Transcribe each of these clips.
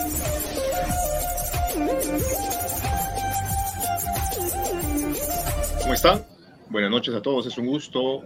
¿Cómo están? Buenas noches a todos, es un gusto.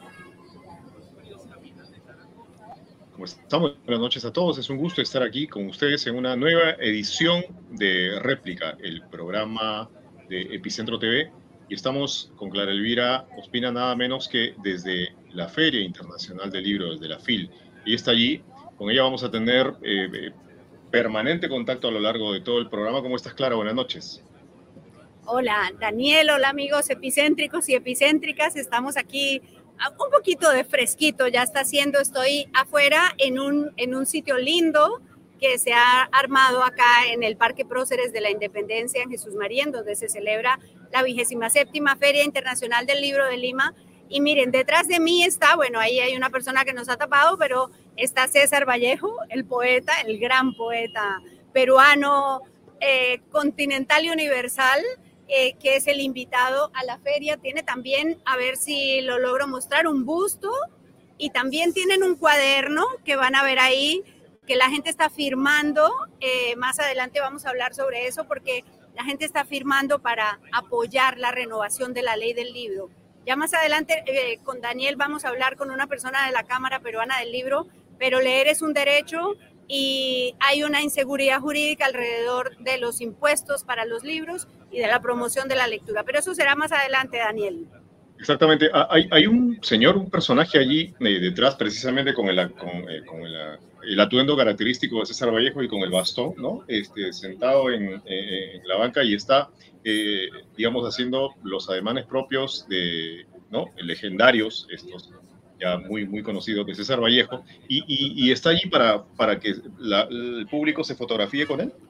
¿Cómo estamos? Buenas noches a todos, es un gusto estar aquí con ustedes en una nueva edición de Réplica, el programa de Epicentro TV. Y estamos con Clara Elvira Ospina, nada menos que desde la Feria Internacional del Libro, desde la FIL. Y está allí, con ella vamos a tener permanente contacto a lo largo de todo el programa. ¿Cómo estás, Clara? Buenas noches. Hola, Daniel, hola amigos epicéntricos y epicéntricas, estamos aquí un poquito de fresquito, ya está haciendo, estoy afuera en un sitio lindo que se ha armado acá en el Parque Próceres de la Independencia en Jesús María, donde se celebra la 27ª Feria Internacional del Libro de Lima. Y miren, detrás de mí está, bueno, ahí hay una persona que nos ha tapado, pero está César Vallejo, el poeta, el gran poeta peruano, continental y universal, que es el invitado a la feria. Tiene también, a ver si lo logro mostrar, un busto, y también tienen un cuaderno que van a ver ahí, que la gente está firmando. Más adelante vamos a hablar sobre eso, porque la gente está firmando para apoyar la renovación de la ley del libro. Ya más adelante con Daniel vamos a hablar con una persona de la Cámara Peruana del Libro, pero leer es un derecho y hay una inseguridad jurídica alrededor de los impuestos para los libros y de la promoción de la lectura. Pero eso será más adelante, Daniel. Exactamente. Hay un señor, un personaje allí detrás, precisamente con el atuendo característico de César Vallejo y con el bastón, ¿no? Sentado en la banca y está, digamos, haciendo los ademanes propios de, ¿no? Legendarios, estos ya muy conocidos de César Vallejo, y está allí para que el público se fotografíe con él.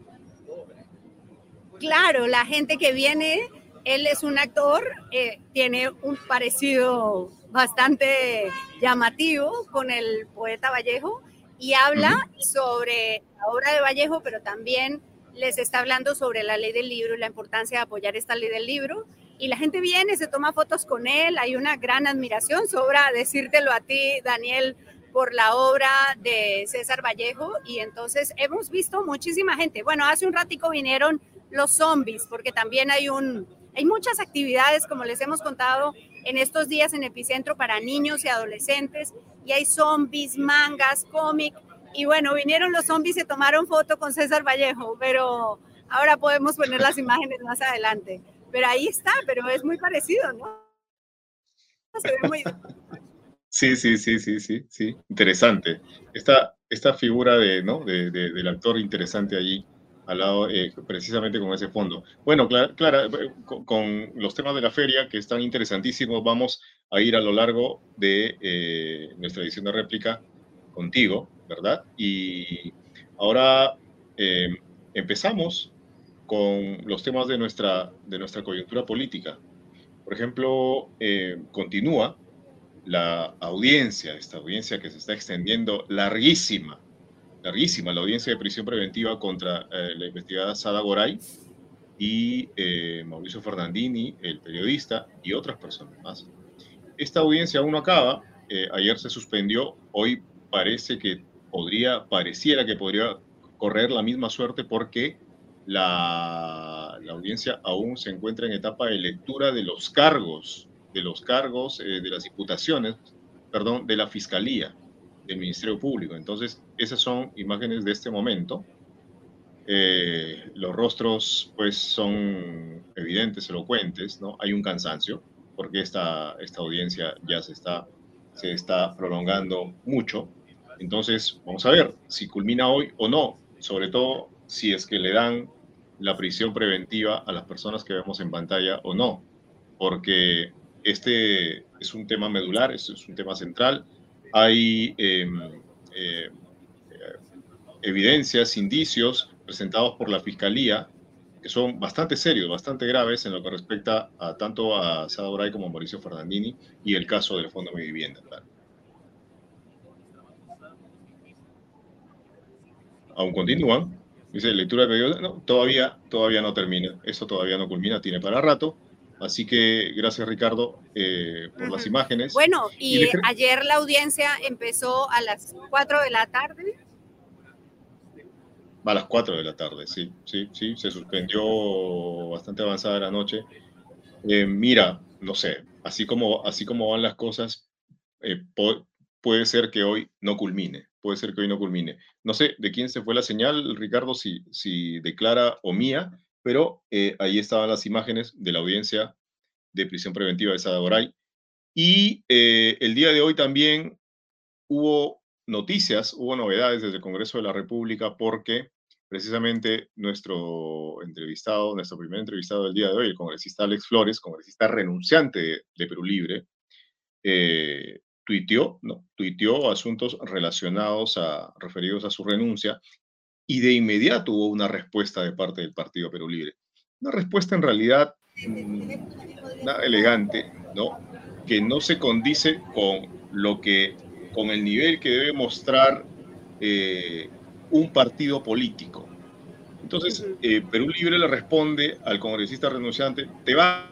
Claro, la gente que viene, él es un actor, tiene un parecido bastante llamativo con el poeta Vallejo y habla sobre la obra de Vallejo, pero también les está hablando sobre la ley del libro y la importancia de apoyar esta ley del libro. Y la gente viene, se toma fotos con él, hay una gran admiración, sobra decírtelo a ti, Daniel, por la obra de César Vallejo. Y entonces hemos visto muchísima gente. Bueno, hace un ratico vinieron los zombies, porque también hay muchas actividades, como les hemos contado en estos días en Epicentro, para niños y adolescentes, y hay zombies, mangas, cómic, y bueno, vinieron los zombies y se tomaron foto con César Vallejo, pero ahora podemos poner las imágenes más adelante. Pero ahí está, pero es muy parecido, ¿no? Se ve muy... Sí, interesante. Esta figura del actor interesante allí, al lado, precisamente con ese fondo. Bueno, Clara, con los temas de la feria, que están interesantísimos, vamos a ir a lo largo de nuestra edición de réplica contigo, ¿verdad? Y ahora empezamos con los temas de nuestra coyuntura política. Por ejemplo, continúa esta audiencia que se está extendiendo larguísima, la audiencia de prisión preventiva contra la investigada Sada Goray y Mauricio Fernandini, el periodista, y otras personas más. Esta audiencia aún no acaba. Ayer se suspendió, hoy pareciera que podría correr la misma suerte, porque la audiencia aún se encuentra en etapa de lectura de los cargos, de las imputaciones, perdón, de la Fiscalía, del Ministerio Público. Entonces, esas son imágenes de este momento. Los rostros, pues, son evidentes, elocuentes, ¿no? Hay un cansancio, porque esta audiencia ya se está prolongando mucho. Entonces, vamos a ver si culmina hoy o no, sobre todo si es que le dan la prisión preventiva a las personas que vemos en pantalla o no, porque este es un tema medular, este es un tema central. Hay evidencias, indicios presentados por la Fiscalía que son bastante serios, bastante graves en lo que respecta tanto a Sada Goray como a Mauricio Fernandini y el caso del Fondo Mi Vivienda. Claro. Aún continúan. Dice lectura de periódico. No, todavía no termina. Eso todavía no culmina, tiene para rato. Así que gracias, Ricardo, por las imágenes. Bueno, y ayer la audiencia empezó a las 4 de la tarde. a las 4 de la tarde, sí, sí, sí, se suspendió bastante avanzada la noche. Mira, no sé, así como van las cosas, puede ser que hoy no culmine, puede ser que hoy no culmine. No sé de quién se fue la señal, Ricardo, si de Clara o mía, pero ahí estaban las imágenes de la audiencia de prisión preventiva de Sadagoray. Y el día de hoy también hubo noticias, hubo novedades desde el Congreso de la República porque precisamente nuestro primer entrevistado del día de hoy, el congresista Alex Flores, congresista renunciante de Perú Libre, tuiteó, ¿no? Tuiteó asuntos referidos a su renuncia y de inmediato hubo una respuesta de parte del Partido Perú Libre. Una respuesta en realidad nada elegante, ¿no? Que no se condice con el nivel que debe mostrar un partido político. Entonces, Perú Libre le responde al congresista renunciante, te vas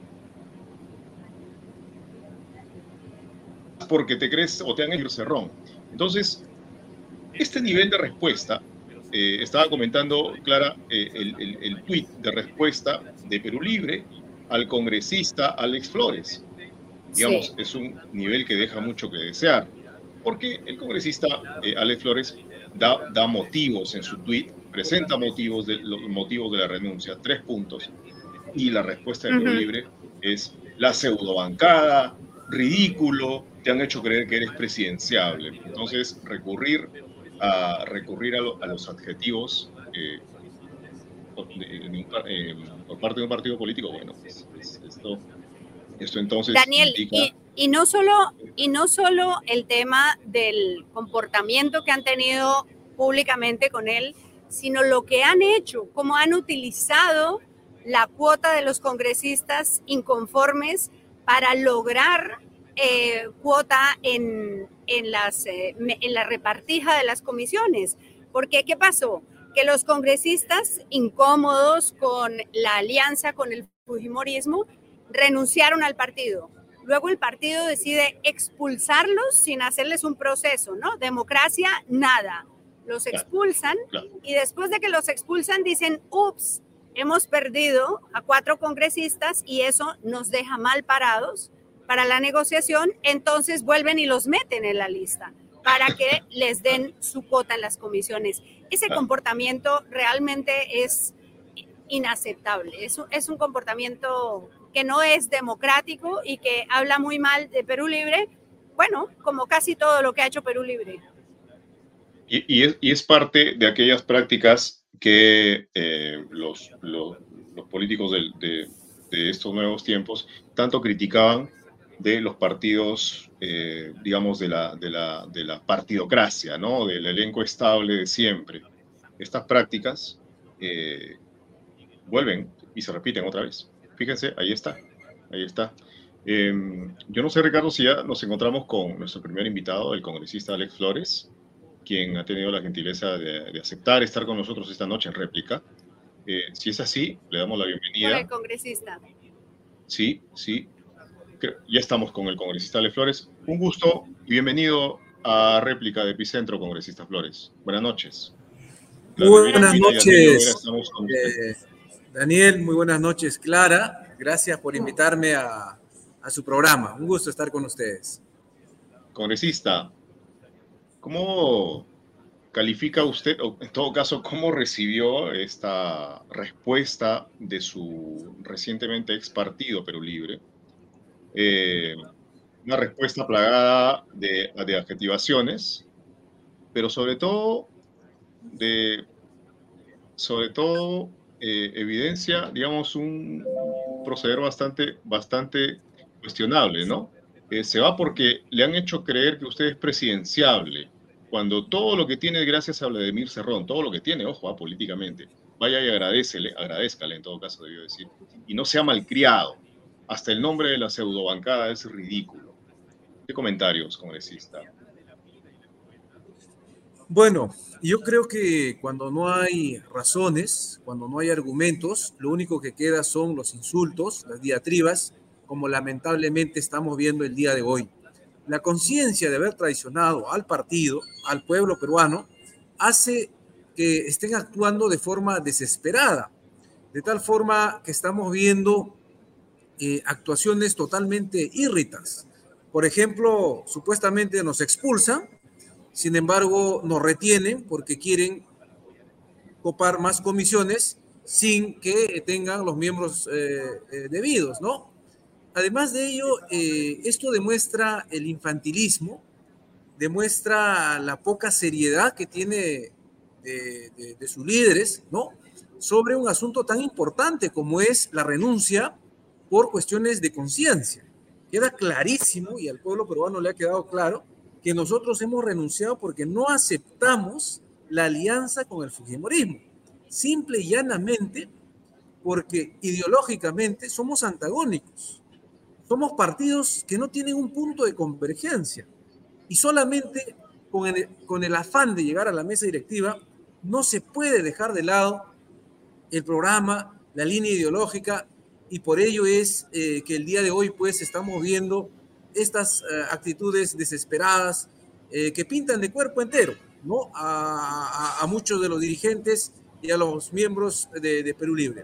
porque te crees o te han hecho cerrón. Entonces, este nivel de respuesta, estaba comentando Clara el tuit de respuesta de Perú Libre al congresista Alex Flores. Digamos, sí, es un nivel que deja mucho que desear, porque el congresista Alex Flores da motivos en su tuit, presenta los motivos de la renuncia, 3 puntos, y la respuesta de Perú Libre es la pseudobancada, ridículo, te han hecho creer que eres presidenciable. Entonces, recurrir a los adjetivos por parte de un partido político, bueno, esto entonces Daniel, indica... y no solo el tema del comportamiento que han tenido públicamente con él, sino lo que han hecho, cómo han utilizado la cuota de los congresistas inconformes para lograr cuota en la repartija de las comisiones. Porque, ¿qué pasó? Que los congresistas incómodos con la alianza con el fujimorismo renunciaron al partido. Luego el partido decide expulsarlos sin hacerles un proceso, ¿no? Democracia, nada. Los expulsan y después de que los expulsan dicen, ups, hemos perdido a 4 congresistas y eso nos deja mal parados para la negociación, entonces vuelven y los meten en la lista para que les den su cuota en las comisiones. Ese comportamiento realmente es inaceptable. Es un comportamiento que no es democrático y que habla muy mal de Perú Libre, bueno, como casi todo lo que ha hecho Perú Libre. Y es parte de aquellas prácticas que los políticos de estos nuevos tiempos tanto criticaban de los partidos, digamos, de la partidocracia, ¿no? Del elenco estable de siempre. Estas prácticas vuelven y se repiten otra vez. Fíjense, ahí está, ahí está. Yo no sé, Ricardo, si ya nos encontramos con nuestro primer invitado, el congresista Alex Flores, quien ha tenido la gentileza de aceptar estar con nosotros esta noche en réplica. Si es así, le damos la bienvenida. Con el congresista. Sí, sí. Ya estamos con el congresista Alex Flores. Un gusto y bienvenido a réplica de Epicentro, congresista Flores. Buenas noches. Muy buenas noches, Daniel. Muy buenas noches, Clara. Gracias por invitarme a su programa. Un gusto estar con ustedes. Congresista, ¿cómo califica usted, o en todo caso, cómo recibió esta respuesta de su recientemente ex partido Perú Libre? Una respuesta plagada de adjetivaciones, pero sobre todo evidencia, digamos, un proceder bastante cuestionable, ¿no? Se va porque le han hecho creer que usted es presidenciable, cuando todo lo que tiene es gracias a Vladimir Cerrón, todo lo que tiene, ojo, políticamente. Vaya y agradézcale en todo caso, debió decir. Y no sea malcriado. Hasta el nombre de la pseudobancada es ridículo. ¿Qué comentarios, congresista? Bueno, yo creo que cuando no hay razones, cuando no hay argumentos, lo único que queda son los insultos, las diatribas, como lamentablemente estamos viendo el día de hoy. La conciencia de haber traicionado al partido, al pueblo peruano, hace que estén actuando de forma desesperada, de tal forma que estamos viendo actuaciones totalmente írritas. Por ejemplo, supuestamente nos expulsan, sin embargo nos retienen porque quieren copar más comisiones sin que tengan los miembros debidos, ¿no? Además de ello, esto demuestra el infantilismo, demuestra la poca seriedad que tiene de sus líderes, ¿no? Sobre un asunto tan importante como es la renuncia por cuestiones de conciencia. Queda clarísimo, y al pueblo peruano le ha quedado claro, que nosotros hemos renunciado porque no aceptamos la alianza con el fujimorismo. Simple y llanamente porque ideológicamente somos antagónicos. Somos partidos que no tienen un punto de convergencia. Y solamente con el afán de llegar a la mesa directiva no se puede dejar de lado el programa, la línea ideológica, y por ello es que el día de hoy pues estamos viendo estas actitudes desesperadas que pintan de cuerpo entero, ¿no? A muchos de los dirigentes y a los miembros de Perú Libre.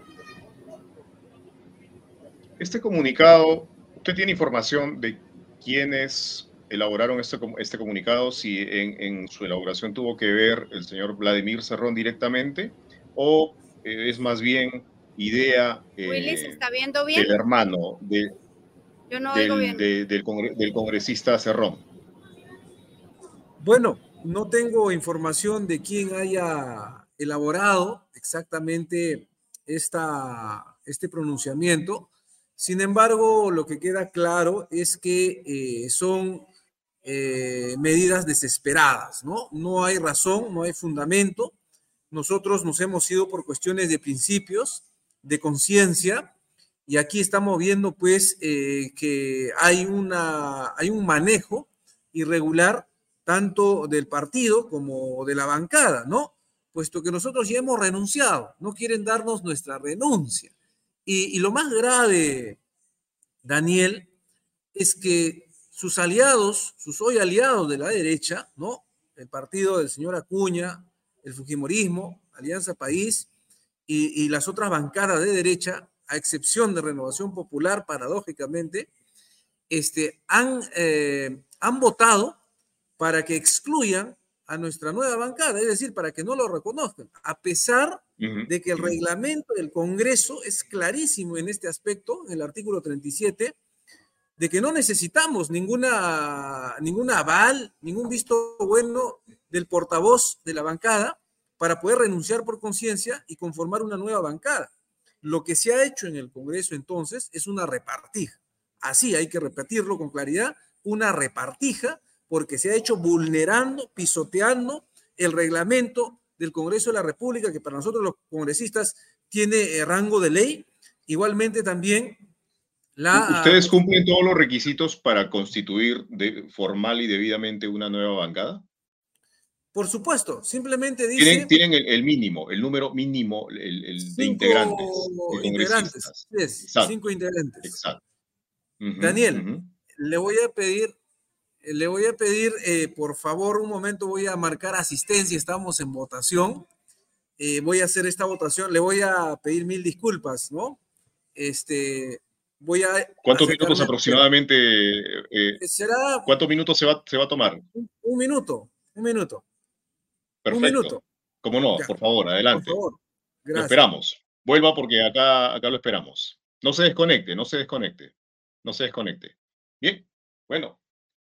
Este comunicado, ¿usted tiene información de quiénes elaboraron este comunicado? Si en su elaboración tuvo que ver el señor Vladimir Cerrón directamente, o es más bien idea Willy, ¿se está viendo bien? del hermano Yo no oigo bien. del congresista Cerrón. Bueno, no tengo información de quién haya elaborado exactamente este pronunciamiento. Sin embargo, lo que queda claro es que son medidas desesperadas, ¿no? No hay razón, no hay fundamento. Nosotros nos hemos ido por cuestiones de principios, de conciencia, y aquí estamos viendo pues que hay un manejo irregular tanto del partido como de la bancada, ¿no? Puesto que nosotros ya hemos renunciado, no quieren darnos nuestra renuncia. Y lo más grave, Daniel, es que sus aliados, sus hoy aliados de la derecha, ¿no? El partido del señor Acuña, el Fujimorismo, Alianza País y las otras bancadas de derecha, a excepción de Renovación Popular, paradójicamente, han votado para que excluyan a nuestra nueva bancada, es decir, para que no lo reconozcan, a pesar de que el reglamento del Congreso es clarísimo en este aspecto, en el artículo 37, de que no necesitamos ninguna aval, ningún visto bueno del portavoz de la bancada para poder renunciar por conciencia y conformar una nueva bancada. Lo que se ha hecho en el Congreso entonces es una repartija. Así hay que repetirlo con claridad, una repartija, porque se ha hecho vulnerando, pisoteando el reglamento del Congreso de la República, que para nosotros los congresistas tiene rango de ley. Igualmente también ¿Ustedes cumplen todos los requisitos para constituir formal y debidamente una nueva bancada? Por supuesto, simplemente dice... Tienen el mínimo, el número mínimo de integrantes. De integrantes. Exacto. 5 integrantes. Exacto. Daniel, le voy a pedir, por favor, un momento, voy a marcar asistencia, estamos en votación. Voy a hacer esta votación, le voy a pedir 1000 disculpas, ¿no? ¿Cuántos minutos aproximadamente? Será... ¿Cuántos minutos se va a tomar? Un minuto. Perfecto. Un minuto. Cómo no, ya. Por favor, adelante. Por favor. Gracias. Lo esperamos. Vuelva porque acá lo esperamos. No se desconecte. Bien, bueno.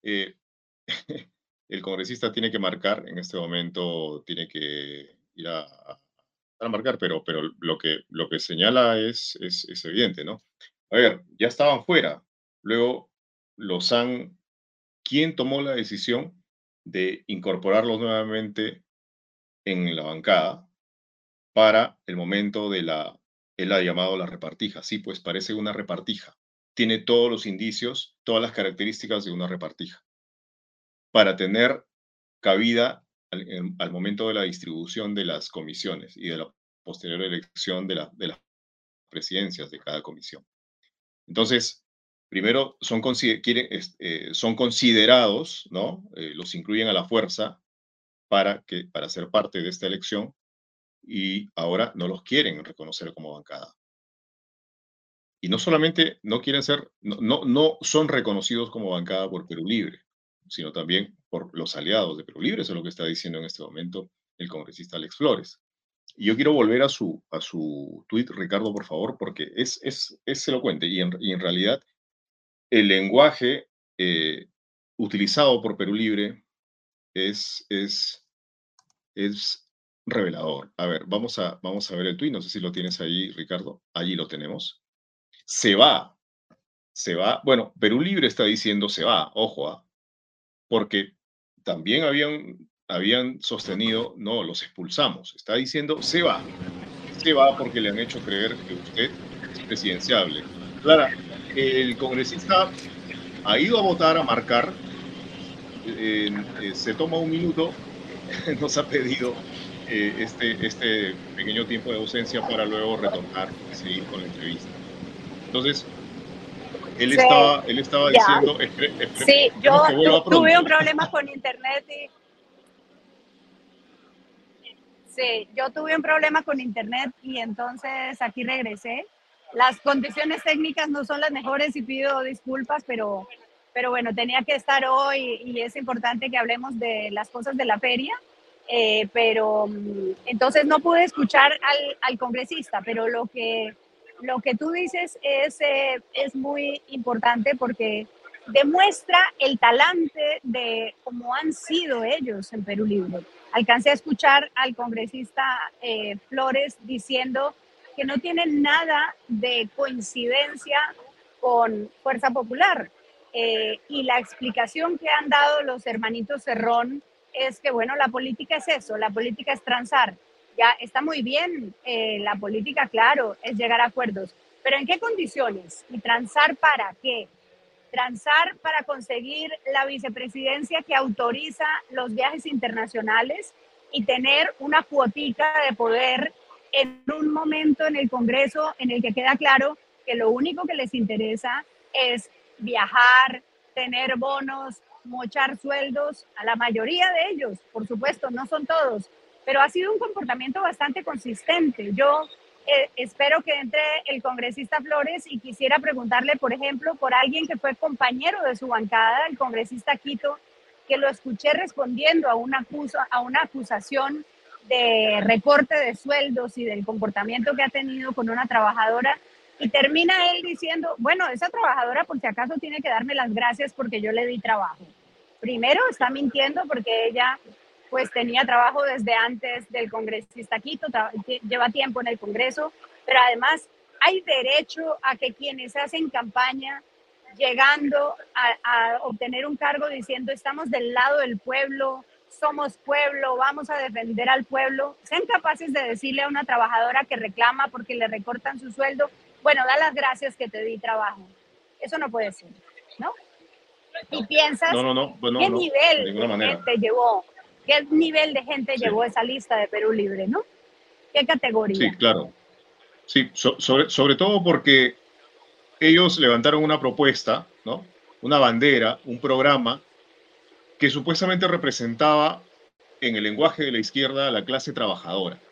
El congresista tiene que marcar, en este momento tiene que ir a marcar, pero lo que señala es evidente, ¿no? A ver, ya estaban fuera. Luego ¿quién tomó la decisión de incorporarlos nuevamente en la bancada para el momento él ha llamado la repartija? Sí, pues parece una repartija. Tiene todos los indicios, todas las características de una repartija. Para tener cabida al momento de la distribución de las comisiones y de la posterior elección de las presidencias de cada comisión. Entonces, primero son considerados, ¿no? Los incluyen a la fuerza para ser parte de esta elección, y ahora no los quieren reconocer como bancada. Y no solamente no quieren ser, no son reconocidos como bancada por Perú Libre, sino también por los aliados de Perú Libre, eso es lo que está diciendo en este momento el congresista Alex Flores. Y yo quiero volver a su tuit, Ricardo, por favor, porque es elocuente y en realidad el lenguaje utilizado por Perú Libre es, es, es revelador. A ver, vamos a ver el tuit, no sé si lo tienes ahí, Ricardo. Allí lo tenemos. Se va, se va. Bueno, Perú Libre está diciendo se va, ojo, porque también habían sostenido, no, los expulsamos. Está diciendo se va porque le han hecho creer que usted es presidenciable. Clara, el congresista ha ido a votar, a marcar, se toma un minuto, nos ha pedido este pequeño tiempo de ausencia para luego retornar y seguir con la entrevista. Entonces, él Sí, estaba ya. diciendo, Sí, yo esperemos que vuelva tuve un pronto. problema con internet y sí, yo tuve un problema con internet y entonces aquí regresé. Las condiciones técnicas no son las mejores y pido disculpas, pero bueno, tenía que estar hoy y es importante que hablemos de las cosas de la feria. Pero entonces no pude escuchar al congresista, pero lo que tú dices es muy importante porque demuestra el talante de cómo han sido ellos en Perú Libre. Alcancé a escuchar al congresista Flores diciendo que no tienen nada de coincidencia con Fuerza Popular. Y la explicación que han dado los hermanitos Cerrón es que, bueno, la política es eso, la política es transar. Ya está muy bien, la política, claro, es llegar a acuerdos, pero ¿en qué condiciones? ¿Y transar para qué? Transar para conseguir la vicepresidencia que autoriza los viajes internacionales y tener una cuotica de poder en un momento en el Congreso en el que queda claro que lo único que les interesa es viajar, tener bonos, mochar sueldos, a la mayoría de ellos, por supuesto, no son todos, pero ha sido un comportamiento bastante consistente. Yo espero que entre el congresista Flores y quisiera preguntarle, por ejemplo, por alguien que fue compañero de su bancada, el congresista Quito, que lo escuché respondiendo a una acusación de recorte de sueldos y del comportamiento que ha tenido con una trabajadora. Y termina él diciendo, bueno, esa trabajadora por si acaso tiene que darme las gracias porque yo le di trabajo. Primero está mintiendo porque ella pues tenía trabajo desde antes del congresista Quito, lleva tiempo en el Congreso, pero además hay derecho a que quienes hacen campaña llegando a obtener un cargo diciendo estamos del lado del pueblo, somos pueblo, vamos a defender al pueblo, sean capaces de decirle a una trabajadora que reclama porque le recortan su sueldo, bueno, da las gracias que te di trabajo. Eso no puede ser, ¿no? Y piensas No, bueno, qué no, de nivel ninguna de manera. gente llevó, qué nivel de gente Sí, llevó esa lista de Perú Libre, ¿no? ¿Qué sí, categoría? claro. Sí, sobre todo porque ellos levantaron una propuesta, ¿no? Una bandera, un programa que supuestamente representaba en el lenguaje de la izquierda a la clase trabajadora,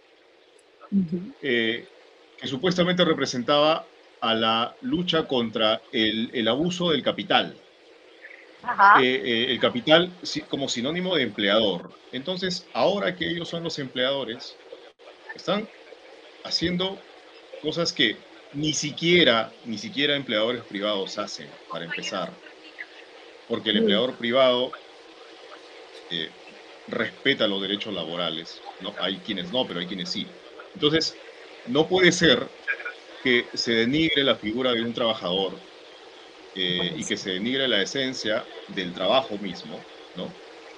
eh, que supuestamente representaba a la lucha contra el abuso del capital, Ajá. el capital como sinónimo de empleador. Entonces, ahora que ellos son los empleadores, están haciendo cosas que ni siquiera empleadores privados hacen, para empezar, porque el Mm. empleador privado eh, respeta los derechos laborales, ¿no? Hay quienes no, pero hay quienes sí. Entonces, no puede ser que se denigre la figura de un trabajador y que se denigre la esencia del trabajo mismo, ¿no?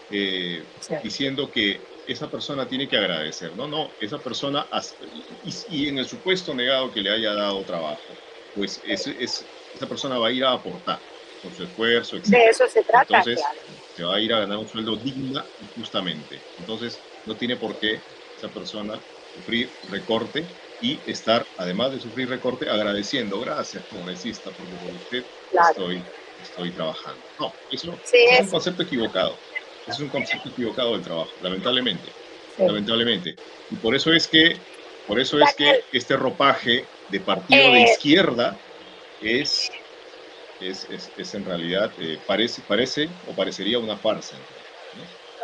Diciendo que esa persona tiene que agradecer, no, esa persona, y en el supuesto negado que le haya dado trabajo, pues esa persona va a ir a aportar por su esfuerzo, De etcétera. eso se trata, Entonces, claro. se va a ir a ganar un sueldo digna y justamente. Entonces, no tiene por qué esa persona sufrir recorte y estar, además de sufrir recorte, agradeciendo, gracias, congresista, porque por usted Claro. estoy trabajando. No, Sí, eso es un concepto equivocado. Ese es un concepto equivocado del trabajo, lamentablemente. Sí. lamentablemente. Y por eso es que este ropaje de partido de izquierda es en realidad, parece o parecería una farsa, ¿no?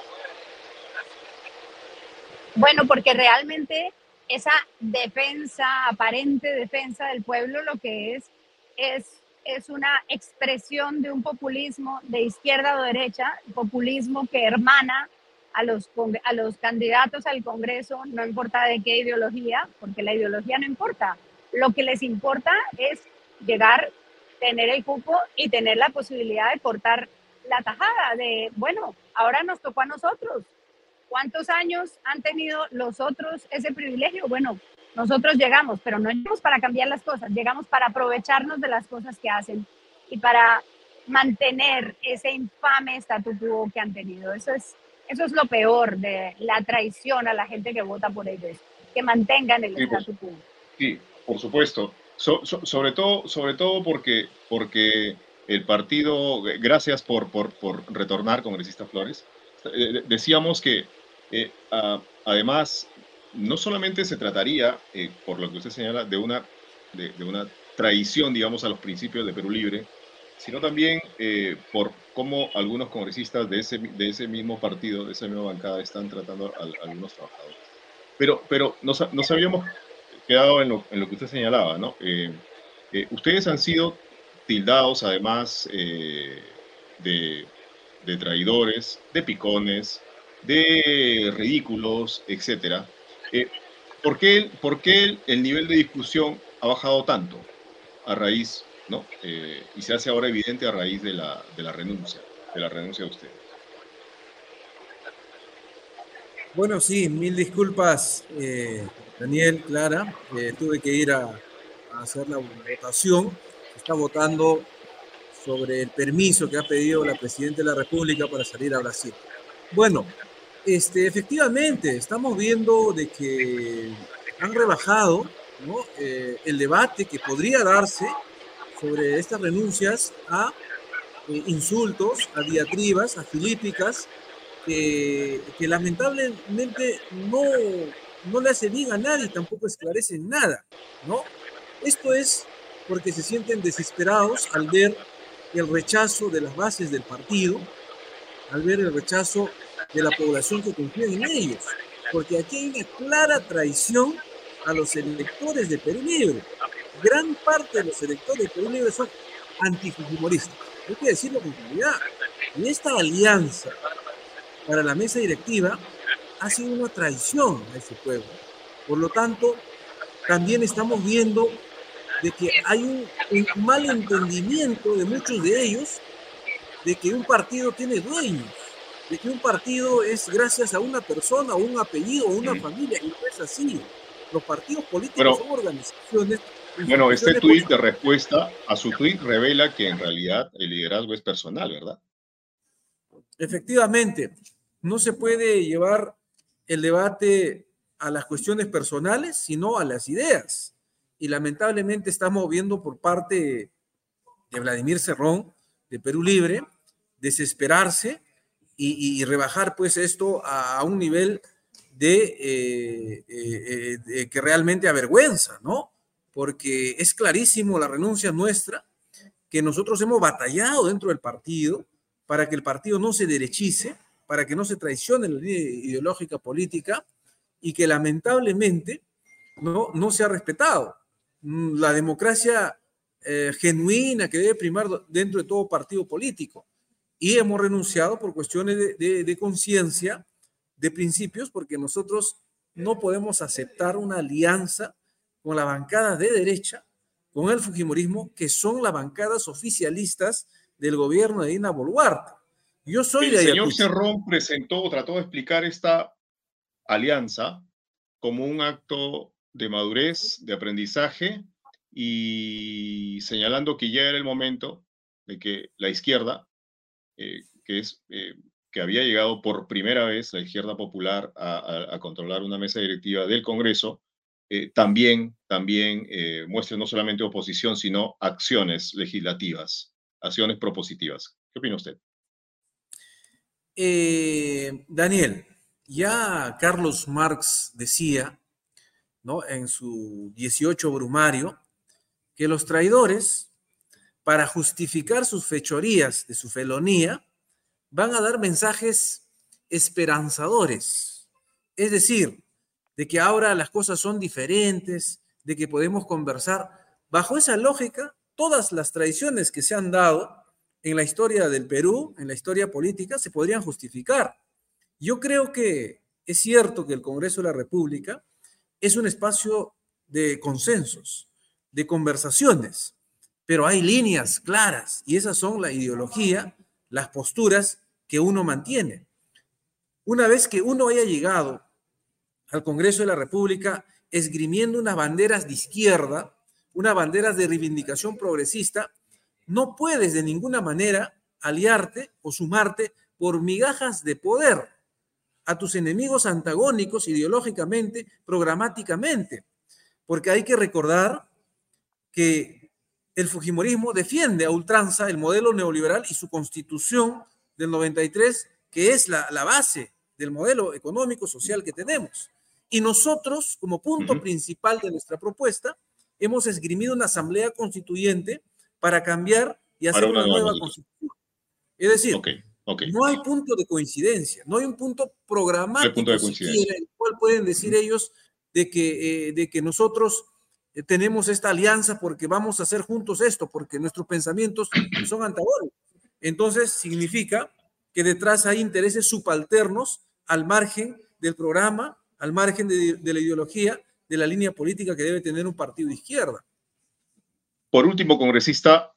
Bueno, porque realmente esa defensa, aparente defensa del pueblo, lo que es una expresión de un populismo de izquierda o derecha, populismo que hermana a los candidatos al Congreso, no importa de qué ideología, porque la ideología no importa. Lo que les importa es llegar, tener el cupo y tener la posibilidad de cortar la tajada de, bueno, ahora nos tocó a nosotros. ¿Cuántos años han tenido los otros ese privilegio? Bueno, nosotros llegamos, pero no llegamos para cambiar las cosas, llegamos para aprovecharnos de las cosas que hacen y para mantener ese infame statu quo que han tenido. Eso es lo peor de la traición a la gente que vota por ellos, que mantengan el statu quo. Sí, por supuesto. Sobre todo porque el partido, gracias por retornar, congresista Flores, decíamos que además no solamente se trataría, por lo que usted señala, de una traición, digamos, a los principios de Perú Libre, sino también por cómo algunos congresistas de ese mismo partido, de esa misma bancada, están tratando a algunos trabajadores. Pero nos habíamos quedado en lo que usted señalaba, ¿no? Ustedes han sido tildados, además, de traidores, de picones, de ridículos, etc. ¿Por qué el nivel de discusión ha bajado tanto a raíz, ¿no? Y se hace ahora evidente a raíz de la renuncia de ustedes? Bueno, sí, mil disculpas, Daniel, Clara. Tuve que ir a hacer la votación. Se está votando sobre el permiso que ha pedido la Presidenta de la República para salir a Brasil. Bueno, efectivamente, estamos viendo de que han rebajado, ¿no? El debate que podría darse sobre estas renuncias a insultos, a diatribas, a filípicas, que lamentablemente no le hace bien a nadie, tampoco esclarecen nada, ¿no? Esto es porque se sienten desesperados al ver el rechazo de las bases del partido, al ver el rechazo de la población que confía en ellos, porque aquí hay una clara traición a los electores de Perú Libre. Gran parte de los electores de Perú Libre son antifujimoristas, hay que decirlo con claridad. Y esta alianza para la mesa directiva ha sido una traición a ese pueblo. Por lo tanto, también estamos viendo de que hay un mal entendimiento de muchos de ellos de que un partido tiene dueños, de que un partido es gracias a una persona, o un apellido, o una familia, y no es así. Los partidos políticos son organizaciones. Bueno, este tuit de respuesta a su tuit revela que en realidad el liderazgo es personal, ¿verdad? Efectivamente, no se puede llevar el debate a las cuestiones personales, sino a las ideas. Y lamentablemente estamos viendo por parte de Vladimir Cerrón, de Perú Libre, desesperarse y rebajar pues esto a un nivel de que realmente avergüenza, ¿no? Porque es clarísimo la renuncia nuestra, que nosotros hemos batallado dentro del partido para que el partido no se derechice, para que no se traicione la línea ideológica política y que lamentablemente no se ha respetado. La democracia genuina que debe primar dentro de todo partido político. Y hemos renunciado por cuestiones de conciencia, de principios, porque nosotros no podemos aceptar una alianza con la bancada de derecha, con el fujimorismo, que son las bancadas oficialistas del gobierno de Dina Boluarte. Yo soy de Ayacucho. El señor Cerrón trató de explicar esta alianza como un acto de madurez, de aprendizaje, y señalando que ya era el momento de que la izquierda, que había llegado por primera vez, la izquierda popular, a controlar una mesa directiva del Congreso, también muestre no solamente oposición, sino acciones legislativas, acciones propositivas. ¿Qué opina usted? Daniel, Ya Carlos Marx decía, ¿no?, en su 18 Brumario, que los traidores, para justificar sus fechorías de su felonía, van a dar mensajes esperanzadores. Es decir, de que ahora las cosas son diferentes, de que podemos conversar. Bajo esa lógica, todas las traiciones que se han dado en la historia del Perú, en la historia política, se podrían justificar. Yo creo que es cierto que el Congreso de la República es un espacio de consensos, de conversaciones, pero hay líneas claras y esas son la ideología, las posturas que uno mantiene. Una vez que uno haya llegado al Congreso de la República esgrimiendo unas banderas de izquierda, unas banderas de reivindicación progresista, no puedes de ninguna manera aliarte o sumarte por migajas de poder a tus enemigos antagónicos ideológicamente, programáticamente, porque hay que recordar que el fujimorismo defiende a ultranza el modelo neoliberal y su constitución del 93, que es la base del modelo económico social que tenemos. Y nosotros, como punto principal de nuestra propuesta, hemos esgrimido una asamblea constituyente para cambiar y hacer una nueva constitución. Es decir, no hay punto de coincidencia, no hay un punto programático siquiera en el cual pueden decir ellos de que nosotros tenemos esta alianza porque vamos a hacer juntos esto, porque nuestros pensamientos son antagónicos. Entonces significa que detrás hay intereses subalternos al margen del programa, al margen de la ideología, de la línea política que debe tener un partido de izquierda. Por último, congresista,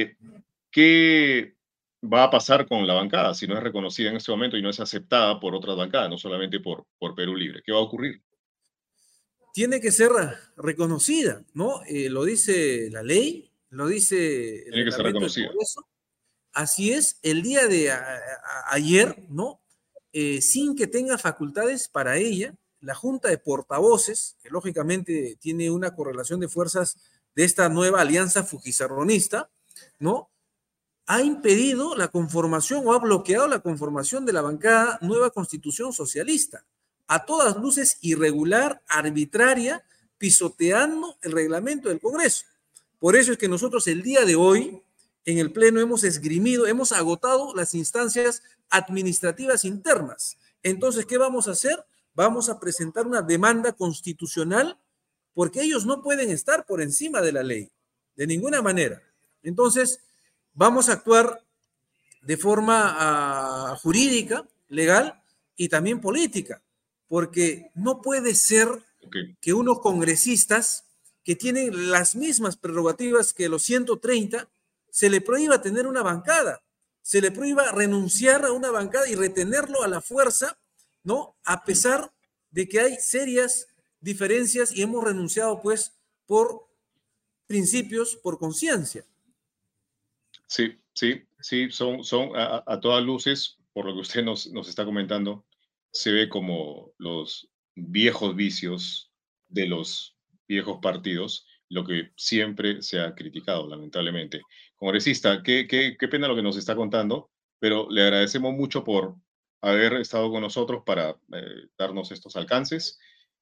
¿qué va a pasar con la bancada si no es reconocida en este momento y no es aceptada por otras bancadas, no solamente por Perú Libre? ¿Qué va a ocurrir? Tiene que ser reconocida, ¿no? Lo dice la ley, lo dice el reglamento del Congreso. Así es, el día de ayer, ¿no? Sin que tenga facultades para ella, la Junta de Portavoces, que lógicamente tiene una correlación de fuerzas de esta nueva alianza fujisarronista, ¿no?, ha impedido la conformación o ha bloqueado la conformación de la bancada Nueva Constitución Socialista, a todas luces irregular, arbitraria, pisoteando el reglamento del Congreso. Por eso es que nosotros el día de hoy, en el Pleno, hemos esgrimido, hemos agotado las instancias administrativas internas. Entonces, ¿qué vamos a hacer? Vamos a presentar una demanda constitucional porque ellos no pueden estar por encima de la ley, de ninguna manera. Entonces, vamos a actuar de forma jurídica, legal y también política, porque no puede ser que unos congresistas que tienen las mismas prerrogativas que los 130 se le prohíba tener una bancada, se le prohíba renunciar a una bancada y retenerlo a la fuerza, ¿no?, a pesar de que hay serias diferencias y hemos renunciado, pues, por principios, por conciencia. Sí, son a todas luces, por lo que usted nos está comentando, se ve como los viejos vicios de los viejos partidos, lo que siempre se ha criticado, lamentablemente. Congresista, qué pena lo que nos está contando, pero le agradecemos mucho por haber estado con nosotros para darnos estos alcances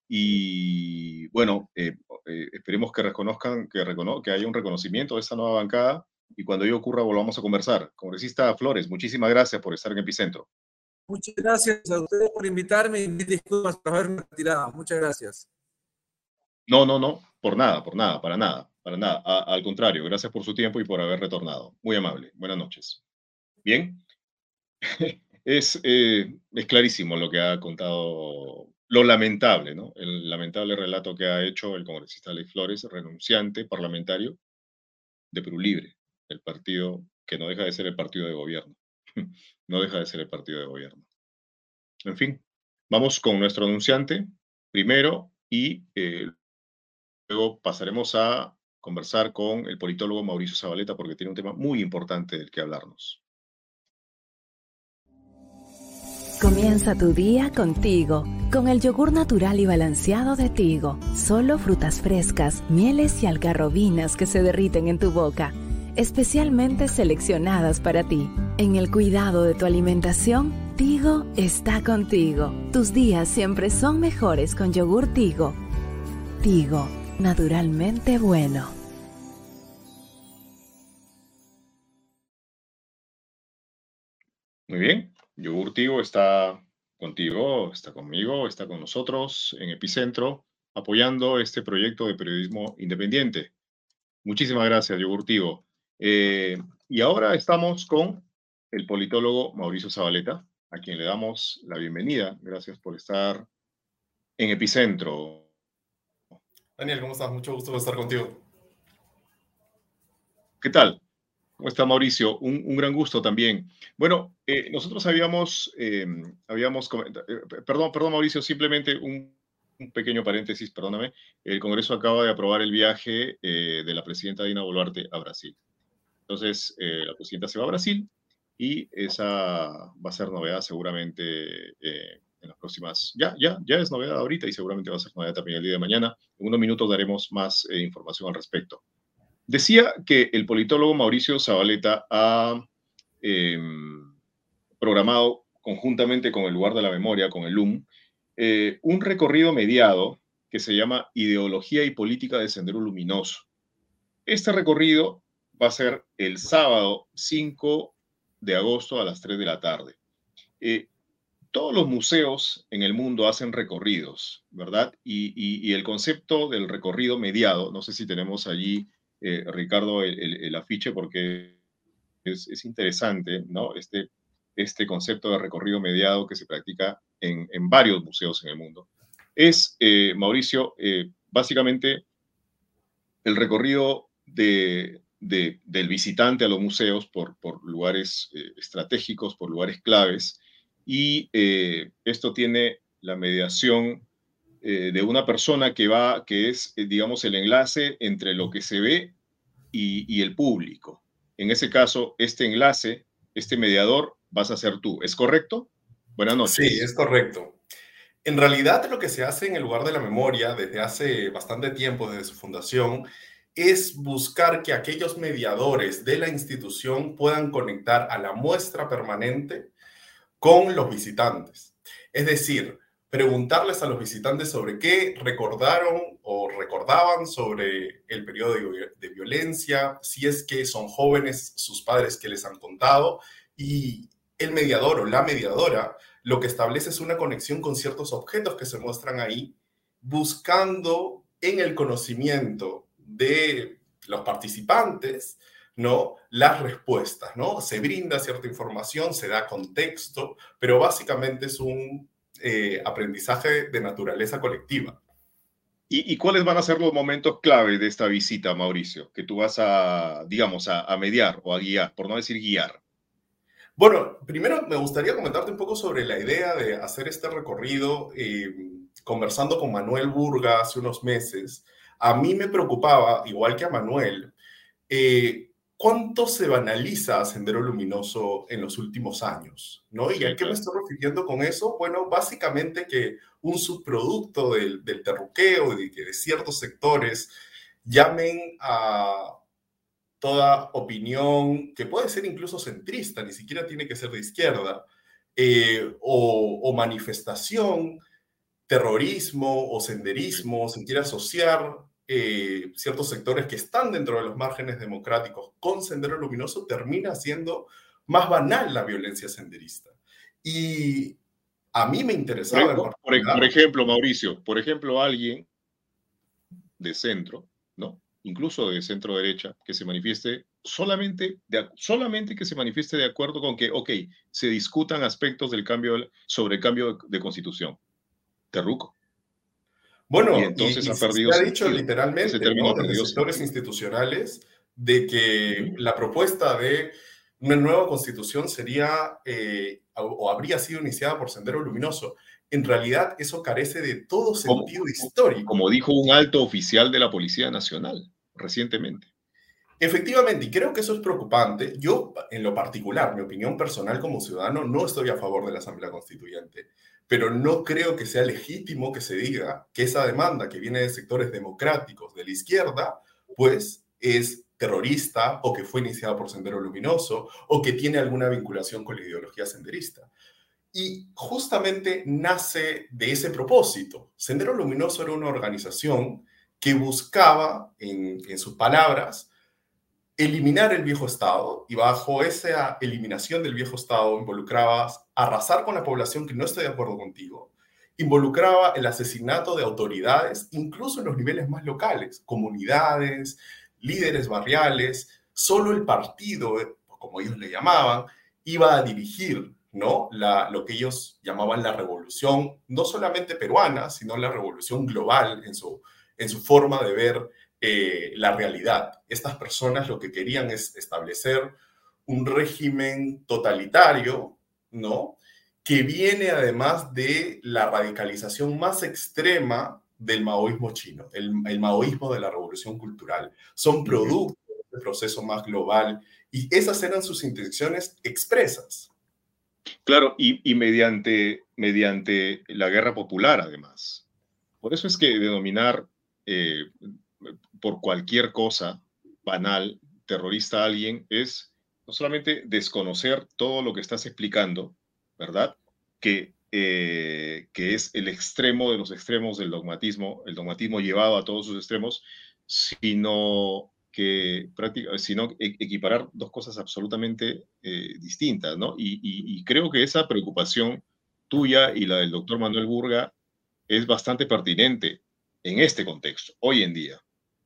y, bueno, esperemos que reconozcan, que haya un reconocimiento de esta nueva bancada y cuando ello ocurra volvamos a conversar. Congresista Flores, muchísimas gracias por estar en Epicentro. Muchas gracias a ustedes por invitarme y mis disculpas por haberme retirado. Muchas gracias. No, para nada. Al contrario, gracias por su tiempo y por haber retornado. Muy amable. Buenas noches. Bien. Es clarísimo lo que ha contado, lo lamentable, ¿no? El lamentable relato que ha hecho el congresista Alex Flores, renunciante parlamentario de Perú Libre, el partido que no deja de ser el partido de gobierno. No deja de ser el partido de gobierno. En fin, vamos con nuestro anunciante primero y luego pasaremos a conversar con el politólogo Mauricio Zabaleta porque tiene un tema muy importante del que hablarnos. Comienza tu día contigo, con el yogur natural y balanceado de Tigo. Solo frutas frescas, mieles y algarrobinas que se derriten en tu boca. especialmente seleccionadas para ti. En el cuidado de tu alimentación, Tigo está contigo. Tus días siempre son mejores con yogur Tigo. Tigo, naturalmente bueno. Muy bien, Yogur Tigo está contigo, está conmigo, está con nosotros en Epicentro, apoyando este proyecto de periodismo independiente. Muchísimas gracias, Yogur Tigo. Y ahora estamos con el politólogo Mauricio Zabaleta, a quien le damos la bienvenida. Gracias por estar en Epicentro. Daniel, ¿cómo estás? Mucho gusto de estar contigo. ¿Qué tal? ¿Cómo está Mauricio? Un gran gusto también. Bueno, nosotros perdón Mauricio, simplemente un pequeño paréntesis, perdóname. El Congreso acaba de aprobar el viaje de la presidenta Dina Boluarte a Brasil. Entonces, la presidenta se va a Brasil y esa va a ser novedad seguramente en las próximas... Ya es novedad ahorita y seguramente va a ser novedad también el día de mañana. En unos minutos daremos más información al respecto. Decía que el politólogo Mauricio Zabaleta ha programado conjuntamente con el Lugar de la Memoria, con el LUM, un recorrido mediado que se llama Ideología y Política de Sendero Luminoso. Este recorrido va a ser el sábado 5 de agosto a las 3 de la tarde. Todos los museos en el mundo hacen recorridos, ¿verdad? Y el concepto del recorrido mediado, no sé si tenemos allí, Ricardo, el afiche, porque es interesante, ¿no? Este concepto de recorrido mediado que se practica en varios museos en el mundo. Es, Mauricio, básicamente el recorrido del visitante a los museos por lugares estratégicos, por lugares claves, y esto tiene la mediación de una persona que es, digamos, el enlace entre lo que se ve y el público. En ese caso, este enlace, este mediador, vas a ser tú. ¿Es correcto? Buenas noches. Sí, es correcto. En realidad, lo que se hace en el Lugar de la Memoria desde hace bastante tiempo, desde su fundación, es buscar que aquellos mediadores de la institución puedan conectar a la muestra permanente con los visitantes. Es decir, preguntarles a los visitantes sobre qué recordaron o recordaban sobre el periodo de violencia, si es que son jóvenes, sus padres que les han contado, y el mediador o la mediadora lo que establece es una conexión con ciertos objetos que se muestran ahí, buscando en el conocimiento de los participantes, ¿no?, las respuestas, ¿no? Se brinda cierta información, se da contexto, pero básicamente es un aprendizaje de naturaleza colectiva. ¿Y cuáles van a ser los momentos clave de esta visita, Mauricio, que tú vas a, digamos, a mediar o a guiar, por no decir guiar? Bueno, primero me gustaría comentarte un poco sobre la idea de hacer este recorrido. Conversando con Manuel Burga hace unos meses, a mí me preocupaba, igual que a Manuel, ¿cuánto se banaliza Sendero Luminoso en los últimos años? ¿No? ¿Y a qué me estoy refiriendo con eso? Bueno, básicamente que un subproducto del terruqueo y de ciertos sectores llamen a toda opinión, que puede ser incluso centrista, ni siquiera tiene que ser de izquierda, o manifestación, terrorismo o senderismo, se quiere asociar ciertos sectores que están dentro de los márgenes democráticos con Sendero Luminoso, termina siendo más banal la violencia senderista. Y a mí me interesaba... Por ejemplo, Mauricio, por ejemplo, alguien de centro, ¿no?, incluso de centro derecha, que se manifieste solamente que se manifieste de acuerdo con que, ok, se discutan aspectos sobre el cambio de constitución. Terruco. Bueno, y entonces ha perdido se ha dicho literalmente, ¿no?, desde sectores institucionales, de que la propuesta de una nueva constitución sería o habría sido iniciada por Sendero Luminoso. En realidad, eso carece de todo sentido histórico. Como dijo un alto oficial de la Policía Nacional recientemente. Efectivamente, y creo que eso es preocupante. Yo, en lo particular, mi opinión personal como ciudadano, no estoy a favor de la Asamblea Constituyente, pero no creo que sea legítimo que se diga que esa demanda que viene de sectores democráticos de la izquierda, pues es terrorista o que fue iniciada por Sendero Luminoso o que tiene alguna vinculación con la ideología senderista. Y justamente nace de ese propósito. Sendero Luminoso era una organización que buscaba, en sus palabras, eliminar el viejo Estado, y bajo esa eliminación del viejo Estado involucraba arrasar con la población que no esté de acuerdo contigo, involucraba el asesinato de autoridades, incluso en los niveles más locales, comunidades, líderes barriales. Solo el partido, como ellos le llamaban, iba a dirigir, ¿no?, lo que ellos llamaban la revolución, no solamente peruana, sino la revolución global en su forma de ver la realidad. Estas personas lo que querían es establecer un régimen totalitario, ¿no?, que viene además de la radicalización más extrema del maoísmo chino, el maoísmo de la revolución cultural. Son productos del proceso más global y esas eran sus intenciones expresas. Claro, y mediante la guerra popular, además. Por eso es que denominar por cualquier cosa banal, terrorista a alguien, es no solamente desconocer todo lo que estás explicando, ¿verdad? Que es el extremo de los extremos del dogmatismo, el dogmatismo llevado a todos sus extremos, sino equiparar dos cosas absolutamente distintas, ¿no? Y creo que esa preocupación tuya y la del doctor Manuel Burga es bastante pertinente en este contexto, hoy en día.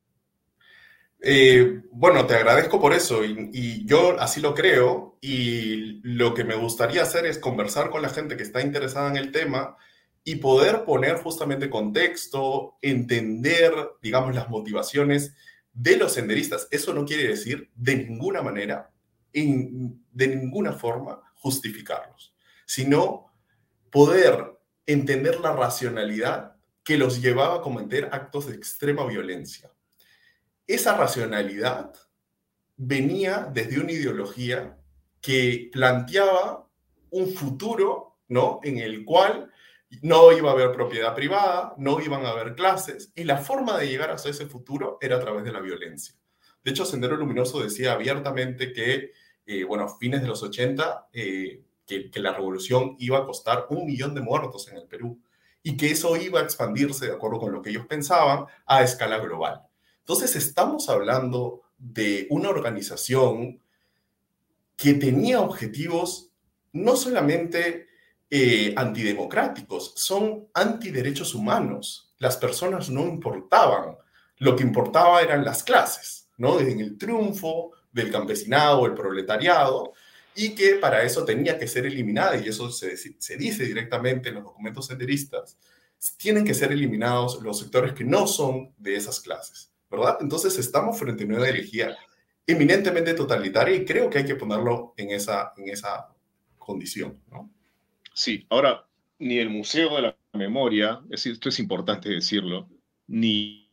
Bueno, te agradezco por eso y yo así lo creo, y lo que me gustaría hacer es conversar con la gente que está interesada en el tema y poder poner justamente contexto, entender, digamos, las motivaciones de los senderistas. Eso no quiere decir de ninguna manera, de ninguna forma, justificarlos, sino poder entender la racionalidad que los llevaba a cometer actos de extrema violencia. Esa racionalidad venía desde una ideología que planteaba un futuro, ¿no?, en el cual no iba a haber propiedad privada, no iban a haber clases, y la forma de llegar hacia ese futuro era a través de la violencia. De hecho, Sendero Luminoso decía abiertamente que, a fines de los 80, que la revolución iba a costar 1 millón de muertos en el Perú, y que eso iba a expandirse, de acuerdo con lo que ellos pensaban, a escala global. Entonces, estamos hablando de una organización que tenía objetivos no solamente antidemocráticos, son antiderechos humanos. Las personas no importaban, lo que importaba eran las clases, ¿no?, en el triunfo del campesinado, el proletariado, y que para eso tenía que ser eliminada, y eso se dice directamente en los documentos senderistas, tienen que ser eliminados los sectores que no son de esas clases, ¿verdad? Entonces estamos frente a una ideología eminentemente totalitaria y creo que hay que ponerlo en esa condición, ¿no? Sí, ahora, ni el Museo de la Memoria, esto es importante decirlo, ni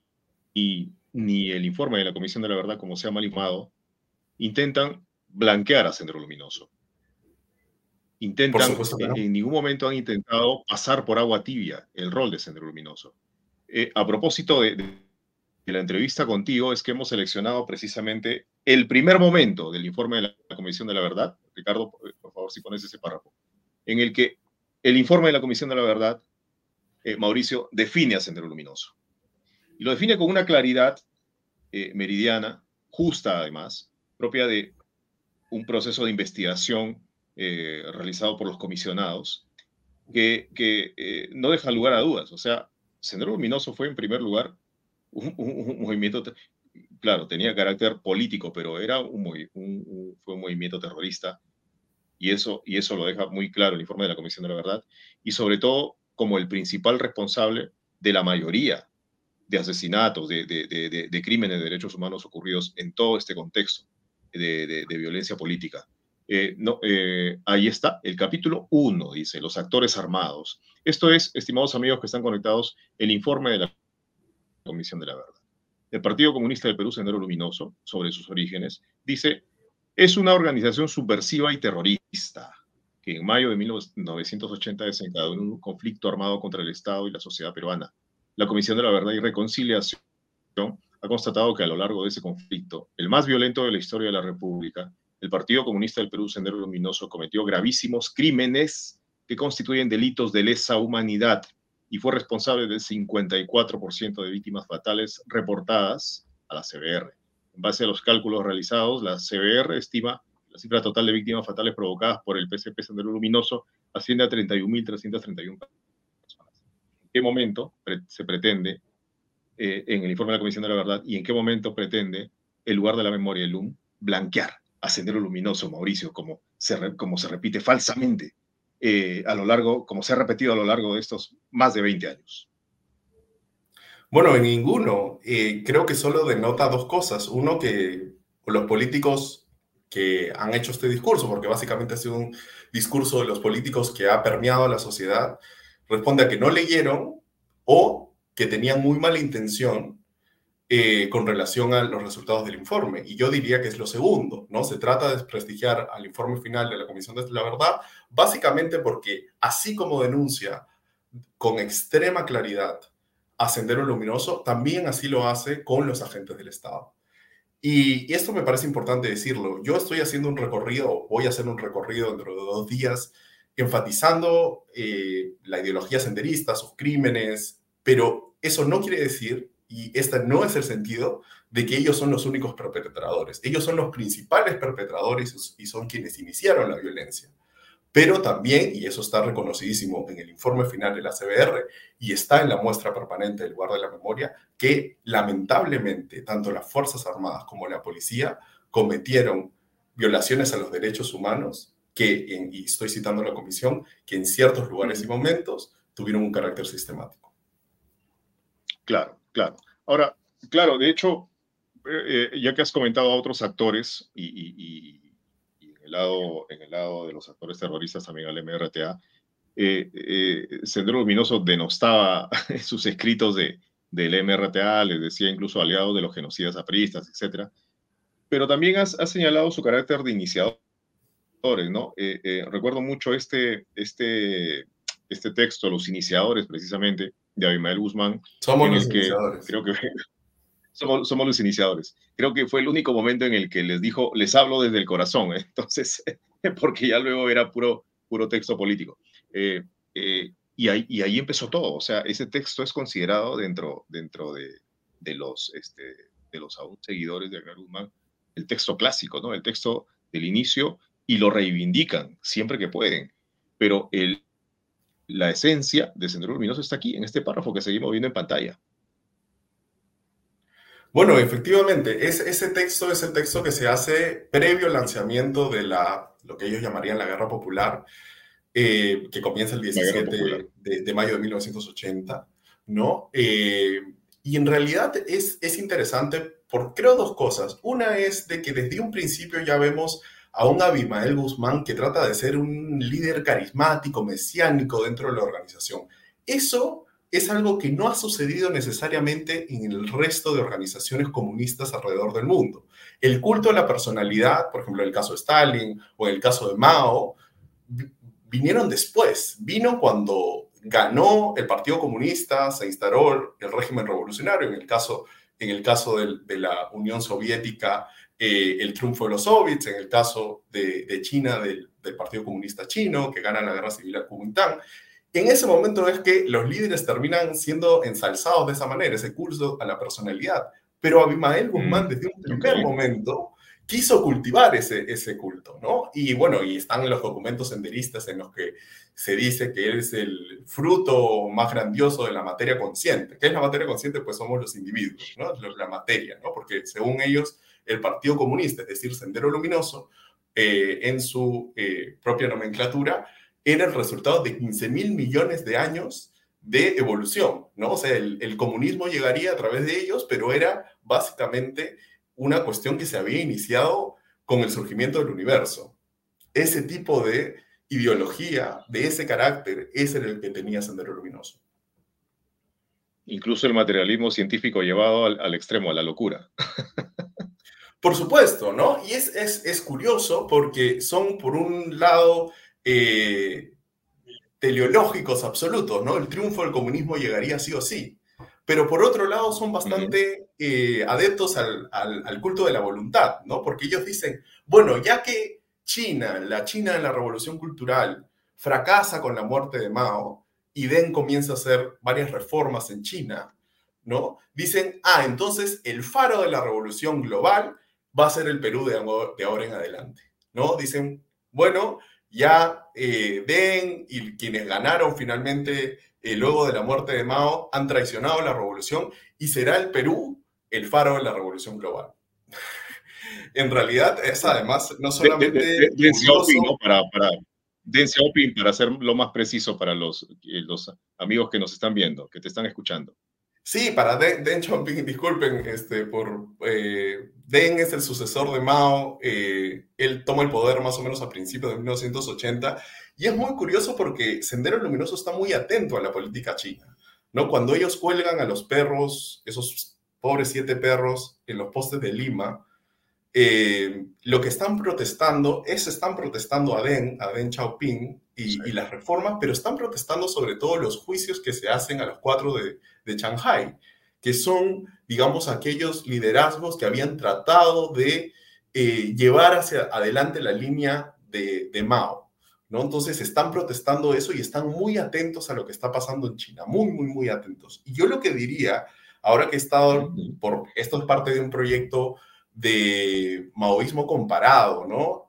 el informe de la Comisión de la Verdad, como se ha mal llamado, intentan blanquear a Sendero Luminoso. Por supuesto que no. En ningún momento han intentado pasar por agua tibia el rol de Sendero Luminoso. A propósito de la entrevista contigo, es que hemos seleccionado precisamente el primer momento del informe de la Comisión de la Verdad. Ricardo, por favor, si pones ese párrafo, en el que el informe de la Comisión de la Verdad, Mauricio, define a Sendero Luminoso. Y lo define con una claridad meridiana, justa además, propia de un proceso de investigación realizado por los comisionados, que no deja lugar a dudas. O sea, Sendero Luminoso fue, en primer lugar, un movimiento, claro, tenía carácter político, pero fue un movimiento terrorista, y eso lo deja muy claro el informe de la Comisión de la Verdad, y sobre todo como el principal responsable de la mayoría de asesinatos, de crímenes de derechos humanos ocurridos en todo este contexto de violencia política. Ahí está, el capítulo 1 dice, los actores armados. Esto es, estimados amigos que están conectados, el informe de la Comisión de la Verdad. El Partido Comunista del Perú, Sendero Luminoso, sobre sus orígenes, dice, es una organización subversiva y terrorista que en mayo de 1980 desencadenó un conflicto armado contra el Estado y la sociedad peruana. La Comisión de la Verdad y Reconciliación ha constatado que a lo largo de ese conflicto, el más violento de la historia de la República, el Partido Comunista del Perú, Sendero Luminoso, cometió gravísimos crímenes que constituyen delitos de lesa humanidad y fue responsable del 54% de víctimas fatales reportadas a la CBR. En base a los cálculos realizados, la CBR estima la cifra total de víctimas fatales provocadas por el PCP Sendero Luminoso asciende a 31.331 personas. ¿En qué momento se pretende, en el informe de la Comisión de la Verdad, y en qué momento pretende el lugar de la memoria, el LUM, blanquear a Sendero Luminoso, Mauricio, como se repite falsamente como se ha repetido a lo largo de estos más de 20 años? Bueno, en ninguno. Creo que solo denota dos cosas. Uno, que los políticos que han hecho este discurso, porque básicamente ha sido un discurso de los políticos que ha permeado a la sociedad, responde a que no leyeron o que tenían muy mala intención con relación a los resultados del informe. Y yo diría que es lo segundo, ¿no? Se trata de desprestigiar al informe final de la Comisión de la Verdad, básicamente porque, así como denuncia con extrema claridad a Sendero Luminoso, también así lo hace con los agentes del Estado. Y esto me parece importante decirlo. Yo estoy haciendo un recorrido, voy a hacer un recorrido dentro de 2 días, enfatizando la ideología senderista, sus crímenes, pero eso no quiere decir, y este no es el sentido, de que ellos son los únicos perpetradores. Ellos son los principales perpetradores y son quienes iniciaron la violencia. Pero también, y eso está reconocidísimo en el informe final de la CBR y está en la muestra permanente del lugar de la memoria, que lamentablemente tanto las Fuerzas Armadas como la policía cometieron violaciones a los derechos humanos que, y estoy citando a la comisión, que en ciertos lugares y momentos tuvieron un carácter sistemático. Claro, claro. Ahora, claro, de hecho, ya que has comentado a otros actores y en el lado de los actores terroristas también al MRTA, Sendero Luminoso denostaba en sus escritos del MRTA, les decía incluso aliados de los genocidas apristas, etc. Pero también has señalado su carácter de iniciadores, ¿no? Recuerdo mucho este texto, Los Iniciadores, precisamente, de Abimael Guzmán. Somos los iniciadores. Creo que somos los iniciadores. Creo que fue el único momento en el que les dijo, les hablo desde el corazón, ¿eh? Entonces, porque ya luego era puro texto político. Y ahí empezó todo. O sea, ese texto es considerado dentro de los aún seguidores de Abimael Guzmán, el texto clásico, ¿no? El texto del inicio, y lo reivindican siempre que pueden. Pero la esencia de Sendero Luminoso está aquí, en este párrafo que seguimos viendo en pantalla. Bueno, efectivamente, ese texto es el texto que se hace previo al lanzamiento de lo que ellos llamarían la Guerra Popular, que comienza el 17 de mayo de 1980, ¿no? Y en realidad es interesante por, creo, 2 cosas. Una es de que desde un principio ya vemos a un Abimael Guzmán que trata de ser un líder carismático, mesiánico dentro de la organización. Eso es algo que no ha sucedido necesariamente en el resto de organizaciones comunistas alrededor del mundo. El culto a la personalidad, por ejemplo, en el caso de Stalin o en el caso de Mao, vinieron después. Vino cuando ganó el Partido Comunista, se instaló el régimen revolucionario, en el caso de la Unión Soviética, el triunfo de los soviets, en el caso de China, del Partido Comunista Chino, que gana la guerra civil al Kuomintang. En ese momento es que los líderes terminan siendo ensalzados de esa manera, ese culto a la personalidad. Pero Abimael Guzmán, desde un primer momento, quiso cultivar ese culto, ¿no? Y bueno, y están los documentos senderistas en los que se dice que él es el fruto más grandioso de la materia consciente. ¿Qué es la materia consciente? Pues somos los individuos, ¿no? La materia, ¿no? Porque según ellos, el Partido Comunista, es decir, Sendero Luminoso, en su propia nomenclatura, era el resultado de 15.000 millones de años de evolución, ¿no? O sea, el comunismo llegaría a través de ellos, pero era básicamente una cuestión que se había iniciado con el surgimiento del universo. Ese tipo de ideología, de ese carácter, ese era el que tenía Sendero Luminoso. Incluso el materialismo científico llevado al extremo, a la locura. Por supuesto, ¿no? Y es curioso porque son, por un lado, teleológicos absolutos, ¿no? El triunfo del comunismo llegaría sí o sí. pero por otro lado son bastante adeptos al culto de la voluntad, ¿no? Porque ellos dicen, bueno, ya que la China en la Revolución Cultural fracasa con la muerte de Mao y Deng comienza a hacer varias reformas en China, ¿no? Dicen, entonces el faro de la revolución global va a ser el Perú de ahora en adelante, ¿no? Dicen, bueno, ya Deng y quienes ganaron finalmente luego de la muerte de Mao han traicionado la revolución y será el Perú el faro de la revolución global. En realidad es además no solamente Deng Xiaoping, curioso, ¿no? Deng Xiaoping, para ser lo más preciso para los amigos que nos están viendo, que te están escuchando. Sí, para Deng Xiaoping, disculpen, Deng es el sucesor de Mao, él toma el poder más o menos a principios de 1980, y es muy curioso porque Sendero Luminoso está muy atento a la política china, ¿no? Cuando ellos cuelgan a los perros, esos pobres 7 perros, en los postes de Lima, lo que están protestando a Deng Xiaoping y las reformas, pero están protestando sobre todo los juicios que se hacen a los 4 de Shanghái, que son, digamos, aquellos liderazgos que habían tratado de llevar hacia adelante la línea de Mao, ¿no? Entonces están protestando eso y están muy atentos a lo que está pasando en China, muy, muy, muy atentos. Y yo lo que diría, ahora que he estado, esto es parte de un proyecto de maoísmo comparado, ¿no?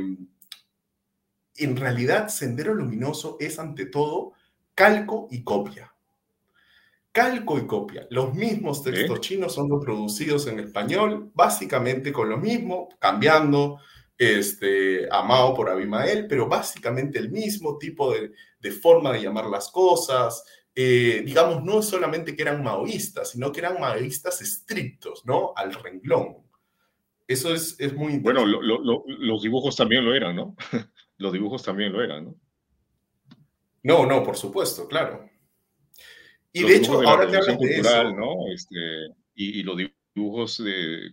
En realidad, Sendero Luminoso es ante todo calco y copia. Calco y copia. Los mismos textos chinos son reproducidos en español, básicamente con lo mismo, cambiando a Mao por Abimael, pero básicamente el mismo tipo de forma de llamar las cosas. Digamos, no solamente que eran maoístas, sino que eran maoístas estrictos, ¿no? Al renglón. Eso es muy interesante. Bueno, los dibujos también lo eran, ¿no? Los dibujos también lo eran, ¿no? No, por supuesto, claro. Y los de hecho, de la ahora que Revolución hablas de Cultural, eso, ¿no? Y los dibujos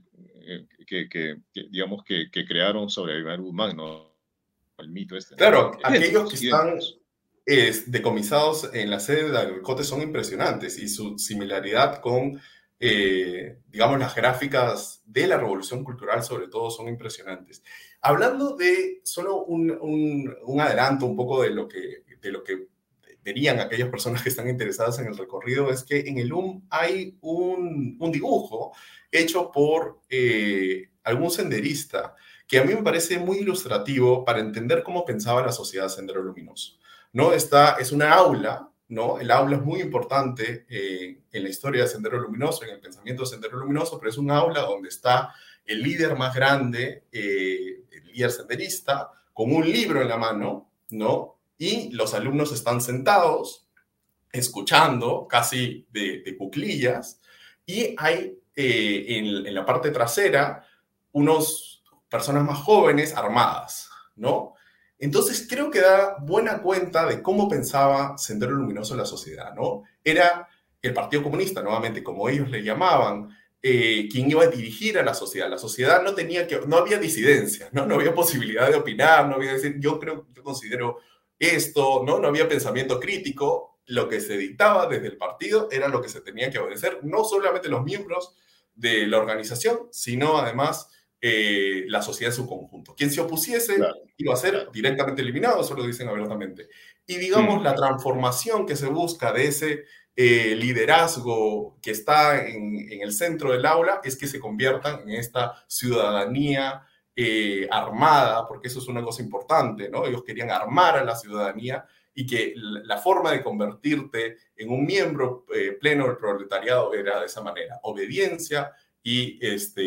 digamos, que crearon sobre Abimael Guzmán, ¿no? El mito este. Claro, ¿No? aquellos que están decomisados en la sede de Agrocote son impresionantes y su similaridad con, digamos, las gráficas de la Revolución Cultural, sobre todo, son impresionantes. Hablando de solo un adelanto un poco de lo que verían aquellas personas que están interesadas en el recorrido, es que en el hay un dibujo hecho por algún senderista que a mí me parece muy ilustrativo para entender cómo pensaba la sociedad Sendero Luminoso, ¿no? Es una aula, ¿no? El aula es muy importante en la historia de Sendero Luminoso, en el pensamiento de Sendero Luminoso, pero es un aula donde está el líder más grande, el líder senderista, con un libro en la mano, ¿no? Y los alumnos están sentados, escuchando, casi de cuclillas, y hay en la parte trasera unos personas más jóvenes armadas, ¿no? Entonces creo que da buena cuenta de cómo pensaba Sendero Luminoso la sociedad, ¿no? Era el Partido Comunista, nuevamente, como ellos le llamaban, quien iba a dirigir a la sociedad. La sociedad no había disidencia, ¿no? No había posibilidad de opinar, no había decir, yo considero esto, ¿no? No había pensamiento crítico. Lo que se dictaba desde el partido era lo que se tenía que obedecer, no solamente los miembros de la organización, sino además la sociedad en su conjunto. Quien se opusiese iba a ser directamente eliminado, eso lo dicen abiertamente. Y digamos, la transformación que se busca de ese liderazgo que está en el centro del aula es que se conviertan en esta ciudadanía armada, porque eso es una cosa importante, ¿no? Ellos querían armar a la ciudadanía y que la forma de convertirte en un miembro pleno del proletariado era de esa manera, obediencia y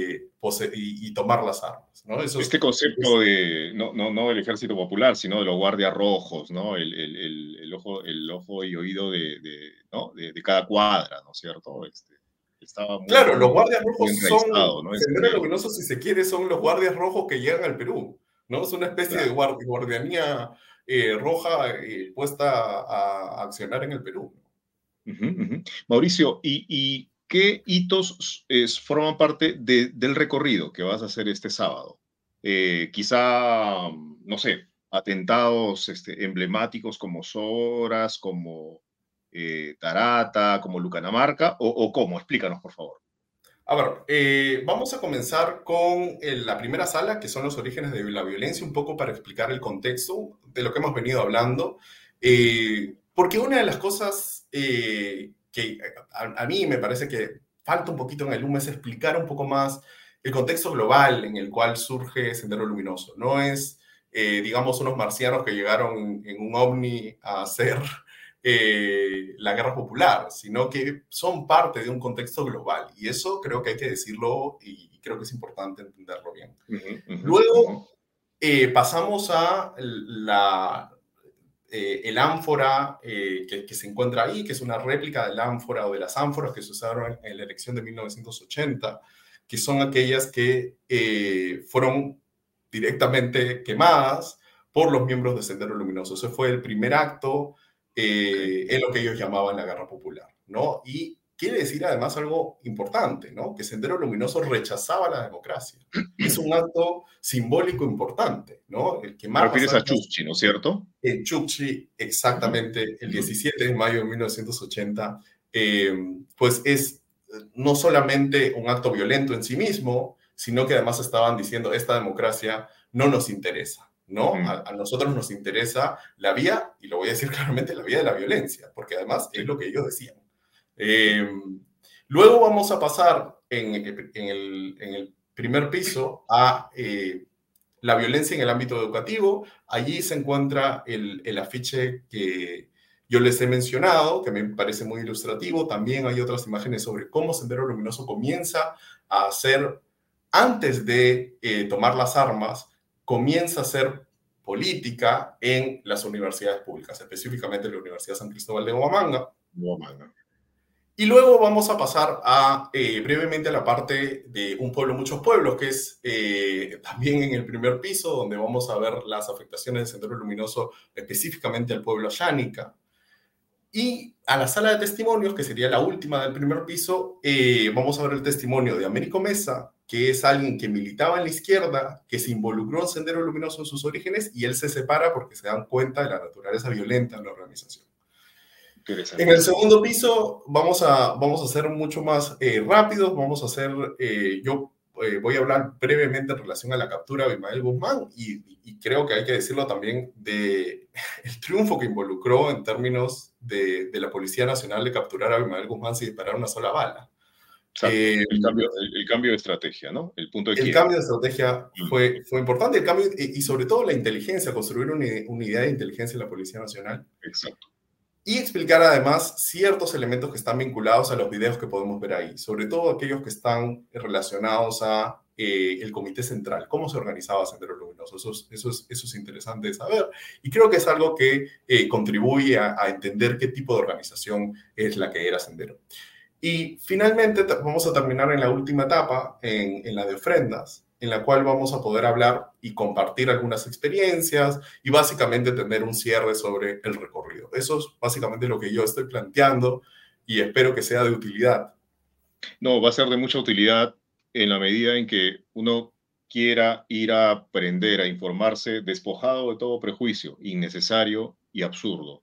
tomar las armas, ¿no? Concepto de, no del ejército popular, sino de los guardias rojos, ¿no? El ojo y oído de cada cuadra, ¿no es cierto? Estaba muy, claro, los guardias rojos son, ¿no? Sendero Luminoso, si se quiere, son los guardias rojos que llegan al Perú, ¿no? Es una especie de guardianía roja puesta a accionar en el Perú. Mauricio, ¿y qué hitos forman parte del recorrido que vas a hacer este sábado? Quizá, no sé, atentados emblemáticos como Soras, como Tarata, como Lucanamarca, o cómo? Explícanos, por favor. A ver, vamos a comenzar con la primera sala, que son los orígenes de la violencia, un poco para explicar el contexto de lo que hemos venido hablando. Porque una de las cosas que a mí me parece que falta un poquito en el LUM es explicar un poco más el contexto global en el cual surge Sendero Luminoso. No es, digamos, unos marcianos que llegaron en un ovni a hacer la guerra popular, sino que son parte de un contexto global. Y eso creo que hay que decirlo y creo que es importante entenderlo bien. Luego pasamos a el ánfora que se encuentra ahí, que es una réplica del ánfora o de las ánforas que se usaron en la elección de 1980, que son aquellas que fueron directamente quemadas por los miembros de Sendero Luminoso. Ese fue el primer acto en lo que ellos llamaban la guerra popular, ¿no? Y quiere decir además algo importante, ¿no? Que Sendero Luminoso rechazaba la democracia. Es un acto simbólico importante, ¿no? El que más... ¿Te refieres a Chukchi, no es cierto? En Chukchi, exactamente, el 17 de mayo de 1980, pues es no solamente un acto violento en sí mismo, sino que además estaban diciendo, esta democracia no nos interesa. ¿No? A nosotros nos interesa la vía, y lo voy a decir claramente, la vía de la violencia, porque además es lo que ellos decían. Luego vamos a pasar en el primer piso a la violencia en el ámbito educativo. Allí se encuentra el afiche que yo les he mencionado, que me parece muy ilustrativo. También hay otras imágenes sobre cómo Sendero Luminoso comienza a hacer, antes de tomar las armas, comienza a hacer política en las universidades públicas, específicamente en la Universidad San Cristóbal de Huamanga. Y luego vamos a pasar brevemente a la parte de Un pueblo, muchos pueblos, que es también en el primer piso, donde vamos a ver las afectaciones de Sendero Luminoso, específicamente al pueblo Ayánica. Y a la sala de testimonios, que sería la última del primer piso, vamos a ver el testimonio de Américo Mesa, que es alguien que militaba en la izquierda, que se involucró en Sendero Luminoso en sus orígenes, y él se separa porque se dan cuenta de la naturaleza violenta de la organización. En el segundo piso vamos a ser mucho más rápidos, vamos a hacer, voy a hablar brevemente en relación a la captura de Abimael Guzmán, y creo que hay que decirlo también del triunfo que involucró en términos de la Policía Nacional de capturar a Abimael Guzmán sin disparar una sola bala. El cambio de estrategia, ¿no? El punto de El cambio de estrategia fue importante, el cambio, y sobre todo la inteligencia, construir una unidad de inteligencia en la Policía Nacional. Exacto. Y explicar además ciertos elementos que están vinculados a los videos que podemos ver ahí, sobre todo aquellos que están relacionados a el Comité Central, cómo se organizaba Sendero Luminoso. Eso es interesante de saber, y creo que es algo que contribuye a entender qué tipo de organización es la que era Sendero. Y finalmente vamos a terminar en la última etapa, en la de ofrendas, en la cual vamos a poder hablar y compartir algunas experiencias y básicamente tener un cierre sobre el recorrido. Eso es básicamente lo que yo estoy planteando y espero que sea de utilidad. No, va a ser de mucha utilidad en la medida en que uno quiera ir a aprender, a informarse, despojado de todo prejuicio innecesario y absurdo.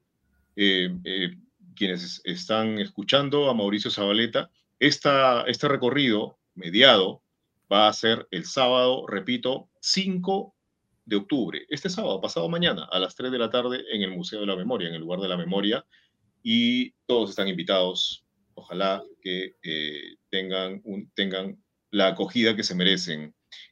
Quienes están escuchando a Mauricio Zabaleta, este recorrido mediado va a ser el sábado, repito, 5 de octubre, este sábado, pasado mañana, a las 3 de la tarde en el Museo de la Memoria, en el lugar de la memoria, y todos están invitados. Ojalá que tengan la acogida que se merecen,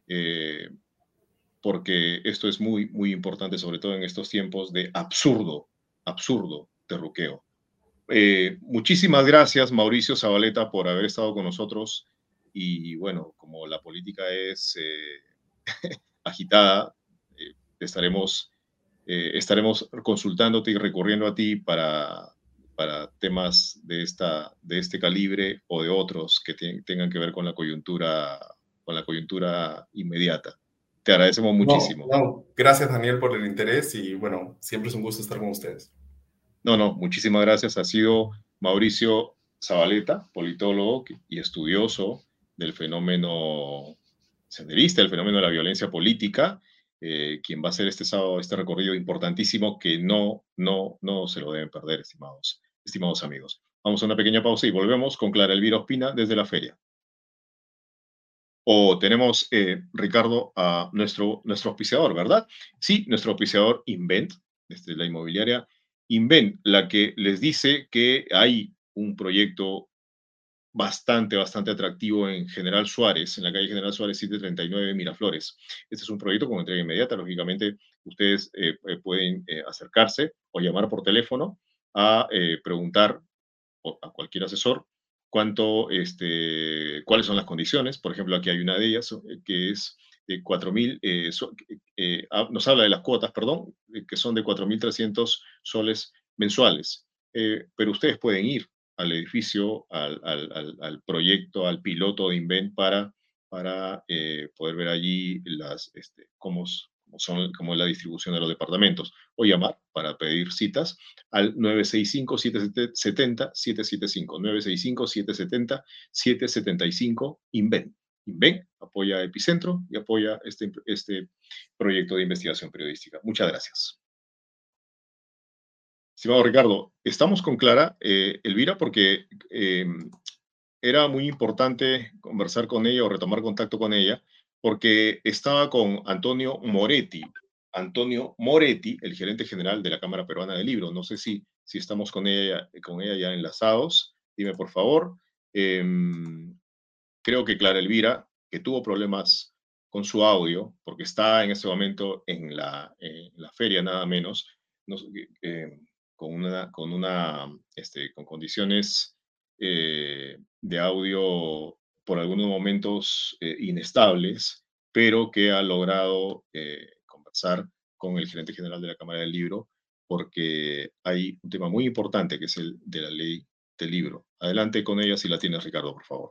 porque esto es muy, muy importante, sobre todo en estos tiempos de absurdo terruqueo. Muchísimas gracias, Mauricio Zabaleta, por haber estado con nosotros. Y bueno, como la política es agitada, estaremos consultándote y recurriendo a ti para temas de este calibre o de otros que tengan que ver con la coyuntura inmediata. Te agradecemos muchísimo. Gracias, Daniel, por el interés, y bueno, siempre es un gusto estar con ustedes. Muchísimas gracias. Ha sido Mauricio Zabaleta, politólogo y estudioso del fenómeno senderista, del fenómeno de la violencia política, quien va a hacer este sábado este recorrido importantísimo que no se lo deben perder, estimados estimados amigos. Vamos a una pequeña pausa y volvemos con Clara Elvira Ospina desde la feria. O tenemos, Ricardo, a nuestro auspiciador, ¿verdad? Sí, nuestro auspiciador Invent, desde la inmobiliaria Invent, la que les dice que hay un proyecto bastante atractivo en General Suárez, en la calle General Suárez 739 Miraflores. Este es un proyecto con entrega inmediata. Lógicamente, ustedes pueden acercarse o llamar por teléfono a preguntar a cualquier asesor cuáles son las condiciones. Por ejemplo, aquí hay una de ellas que es de 4.000, nos habla de las cuotas, perdón, que son de 4.300 soles mensuales. Pero ustedes pueden ir al edificio, al proyecto, al piloto de Invent para poder ver allí cómo es la distribución de los departamentos, o llamar para pedir citas al 965-770-775, 965-770-775, Invent. Invent apoya Epicentro y apoya este proyecto de investigación periodística. Muchas gracias. Estimado Ricardo, estamos con Clara Elvira porque era muy importante conversar con ella o retomar contacto con ella porque estaba con Antonio Moretti. Antonio Moretti, el gerente general de la Cámara Peruana del Libro. No sé si estamos con ella ya enlazados. Dime, por favor. Creo que Clara Elvira, que tuvo problemas con su audio, porque está en este momento en la feria nada menos, con condiciones de audio por algunos momentos inestables, pero que ha logrado conversar con el gerente general de la Cámara del Libro, porque hay un tema muy importante que es el de la ley del libro. Adelante con ella si la tienes, Ricardo, por favor.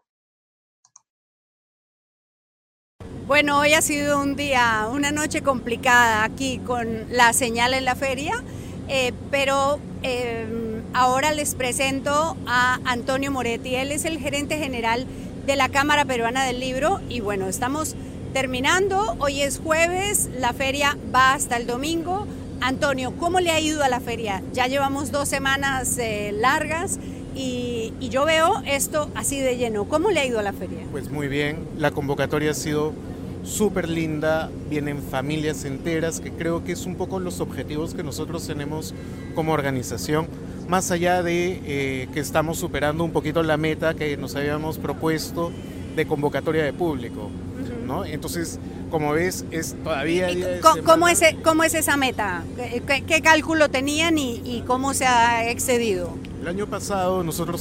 Bueno, hoy ha sido una noche complicada aquí con la señal en la feria, pero ahora les presento a Antonio Moretti. Él es el gerente general de la Cámara Peruana del Libro y bueno, estamos terminando. Hoy es jueves, la feria va hasta el domingo. Antonio, ¿cómo le ha ido a la feria? Ya llevamos 2 semanas largas y yo veo esto así de lleno. ¿Cómo le ha ido a la feria? Pues muy bien, la convocatoria ha sido súper linda, vienen familias enteras, que creo que es un poco los objetivos que nosotros tenemos como organización, más allá de que estamos superando un poquito la meta que nos habíamos propuesto de convocatoria de público, ¿no? Entonces, como ves, es todavía... ¿Cómo es esa meta? ¿Qué cálculo tenían y cómo se ha excedido? El año pasado nosotros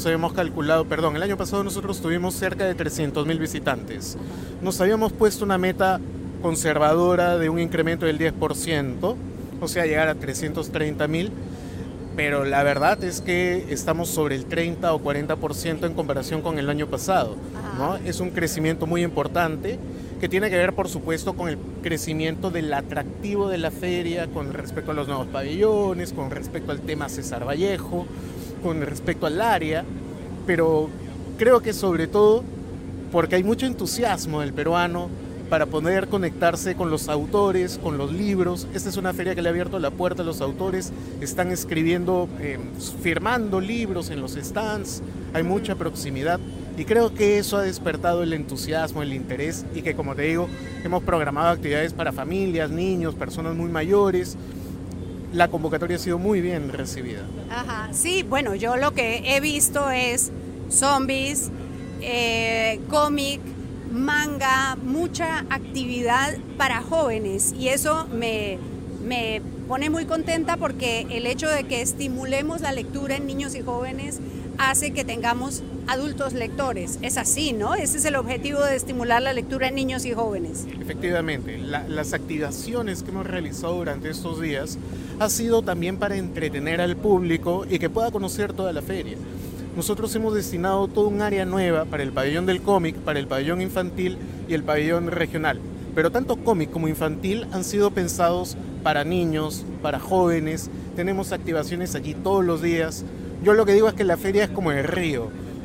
tuvimos cerca de 300.000 visitantes. Nos habíamos puesto una meta conservadora de un incremento del 10%, o sea, llegar a 330.000, pero la verdad es que estamos sobre el 30 o 40% en comparación con el año pasado, ¿no? Es un crecimiento muy importante que tiene que ver, por supuesto, con el crecimiento del atractivo de la feria, con respecto a los nuevos pabellones, con respecto al tema César Vallejo, con respecto al área, pero creo que sobre todo porque hay mucho entusiasmo del peruano para poder conectarse con los autores, con los libros. Esta es una feria que le ha abierto la puerta a los autores, están escribiendo, firmando libros en los stands, hay mucha proximidad y creo que eso ha despertado el entusiasmo, el interés y que, como te digo, hemos programado actividades para familias, niños, personas muy mayores. La convocatoria ha sido muy bien recibida. Ajá, sí, bueno, yo lo que he visto es zombies, cómic, manga, mucha actividad para jóvenes y eso me pone muy contenta porque el hecho de que estimulemos la lectura en niños y jóvenes hace que tengamos adultos lectores. Es así, ¿no? Ese es el objetivo de estimular la lectura en niños y jóvenes. Efectivamente, las activaciones que hemos realizado durante estos días ha sido también para entretener al público y que pueda conocer toda la feria. Nosotros hemos destinado todo un área nueva para el pabellón del cómic, para el pabellón infantil y el pabellón regional. Pero tanto cómic como infantil han sido pensados para niños, para jóvenes. Tenemos activaciones allí todos los días. Yo lo que digo es que la feria es como el río.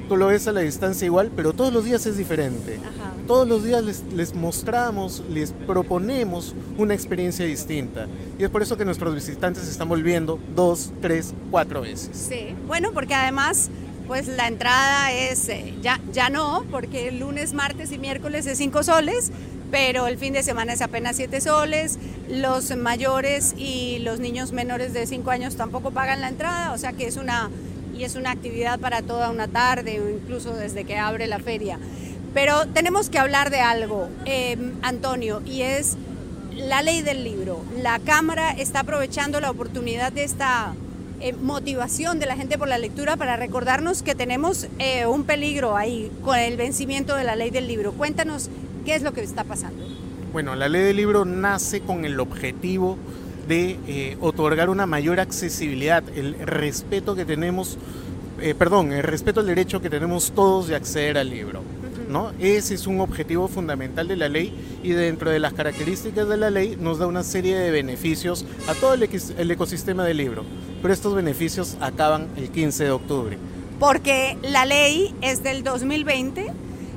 tú lo ves a la distancia igual, pero todos los días es diferente. Ajá. Todos los días les mostramos, les proponemos una experiencia distinta. Y es por eso que nuestros visitantes se están volviendo 2, 3, 4 veces. Sí, bueno, porque además, pues la entrada es, ya no, porque el lunes, martes y miércoles es 5 soles, pero el fin de semana es apenas 7 soles. Los mayores y los niños menores de 5 años tampoco pagan la entrada, o sea que es una actividad para toda una tarde o incluso desde que abre la feria. Pero tenemos que hablar de algo, Antonio, y es la ley del libro. La Cámara está aprovechando la oportunidad de esta motivación de la gente por la lectura para recordarnos que tenemos un peligro ahí con el vencimiento de la ley del libro. Cuéntanos qué es lo que está pasando. Bueno, la ley del libro nace con el objetivo de otorgar una mayor accesibilidad, el respeto que tenemos, el respeto al derecho que tenemos todos de acceder al libro, ¿no? Ese es un objetivo fundamental de la ley y dentro de las características de la ley nos da una serie de beneficios a todo el ecosistema del libro, pero estos beneficios acaban el 15 de octubre. Porque la ley es del 2020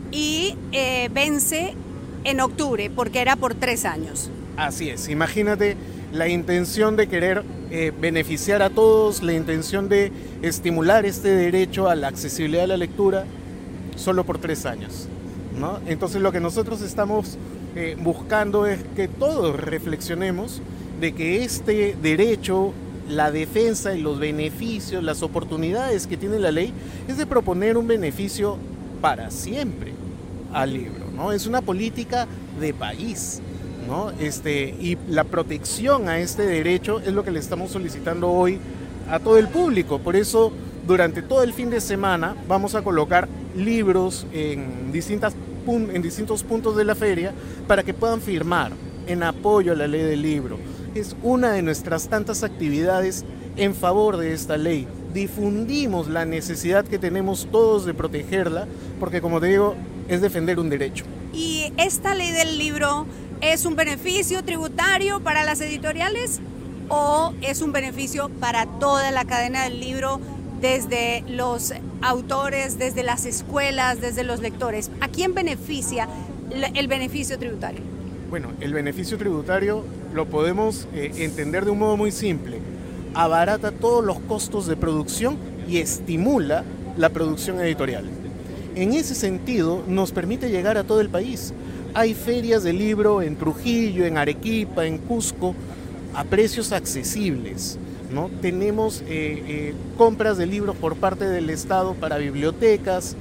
y vence en octubre, porque era por 3 años. Así es, imagínate la intención de querer beneficiar a todos, la intención de estimular este derecho a la accesibilidad a la lectura solo por 3 años, ¿no? Entonces lo que nosotros estamos buscando es que todos reflexionemos de que este derecho, la defensa y los beneficios, las oportunidades que tiene la ley es de proponer un beneficio para siempre al libro, ¿no? Es una política de país, ¿no? Y la protección a este derecho es lo que le estamos solicitando hoy a todo el público. Por eso, durante todo el fin de semana vamos a colocar libros en distintos puntos de la feria para que puedan firmar en apoyo a la ley del libro. Es una de nuestras tantas actividades en favor de esta ley. Difundimos la necesidad que tenemos todos de protegerla, porque como te digo, es defender un derecho. ¿Y esta ley del libro es un beneficio tributario para las editoriales o es un beneficio para toda la cadena del libro, desde los autores, desde las escuelas, desde los lectores? ¿A quién beneficia el beneficio tributario? Bueno, el beneficio tributario lo podemos entender de un modo muy simple. Abarata todos los costos de producción y estimula la producción editorial. En ese sentido, nos permite llegar a todo el país. Hay ferias de libro en Trujillo, en Arequipa, en Cusco, a precios accesibles, ¿no? Tenemos compras de libros por parte del Estado para bibliotecas,